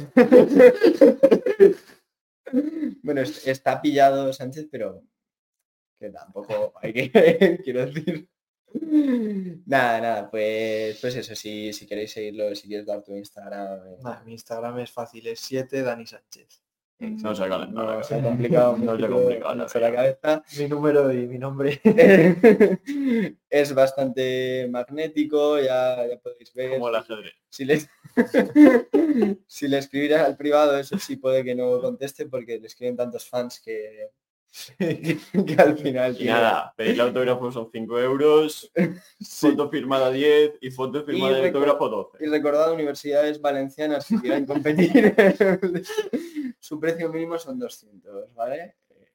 Bueno, está pillado Sánchez, pero que tampoco hay que, quiero decir. Nada, nada, pues, pues eso, si, si queréis seguirlo, si quieres dar tu Instagram. Eh, Nah, mi Instagram es fácil, es siete Dani Sánchez. No se ha calentado. no, se ha complicado No se ha mucho, complicado la mucho la vida. cabeza. Mi número y mi nombre. Es bastante magnético, ya, ya podéis ver. Como el ajedrez. Si le, si le escribieras al privado, eso sí puede que no conteste porque le escriben tantos fans que, que, que al final... Y tiene- nada, pedir autógrafo son cinco euros, Sí. foto firmada diez y foto firmada de reco- autógrafo doce. Y recordad, universidades valencianas que quieran competir, su precio mínimo son doscientos, ¿vale?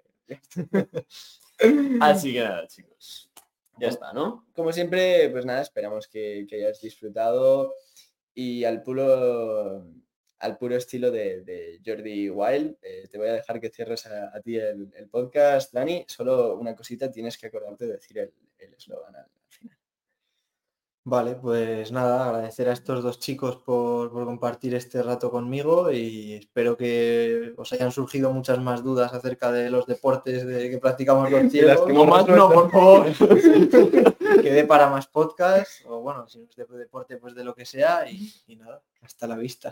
Así que nada, chicos. Ya está, ¿no? Como siempre, pues nada, esperamos que, que hayas disfrutado y al puro al puro estilo de, de Jordi Wild, eh, te voy a dejar que cierres a, a ti el, el podcast, Dani. Solo una cosita, tienes que acordarte de decir el el eslogan al, al final. Vale, pues nada, agradecer a estos dos chicos por, por compartir este rato conmigo y espero que os hayan surgido muchas más dudas acerca de los deportes de, que practicamos los ciegos. que No más, no, por favor. Que dé para más podcasts o bueno, si no es de deporte, pues de lo que sea y, y nada, hasta la vista.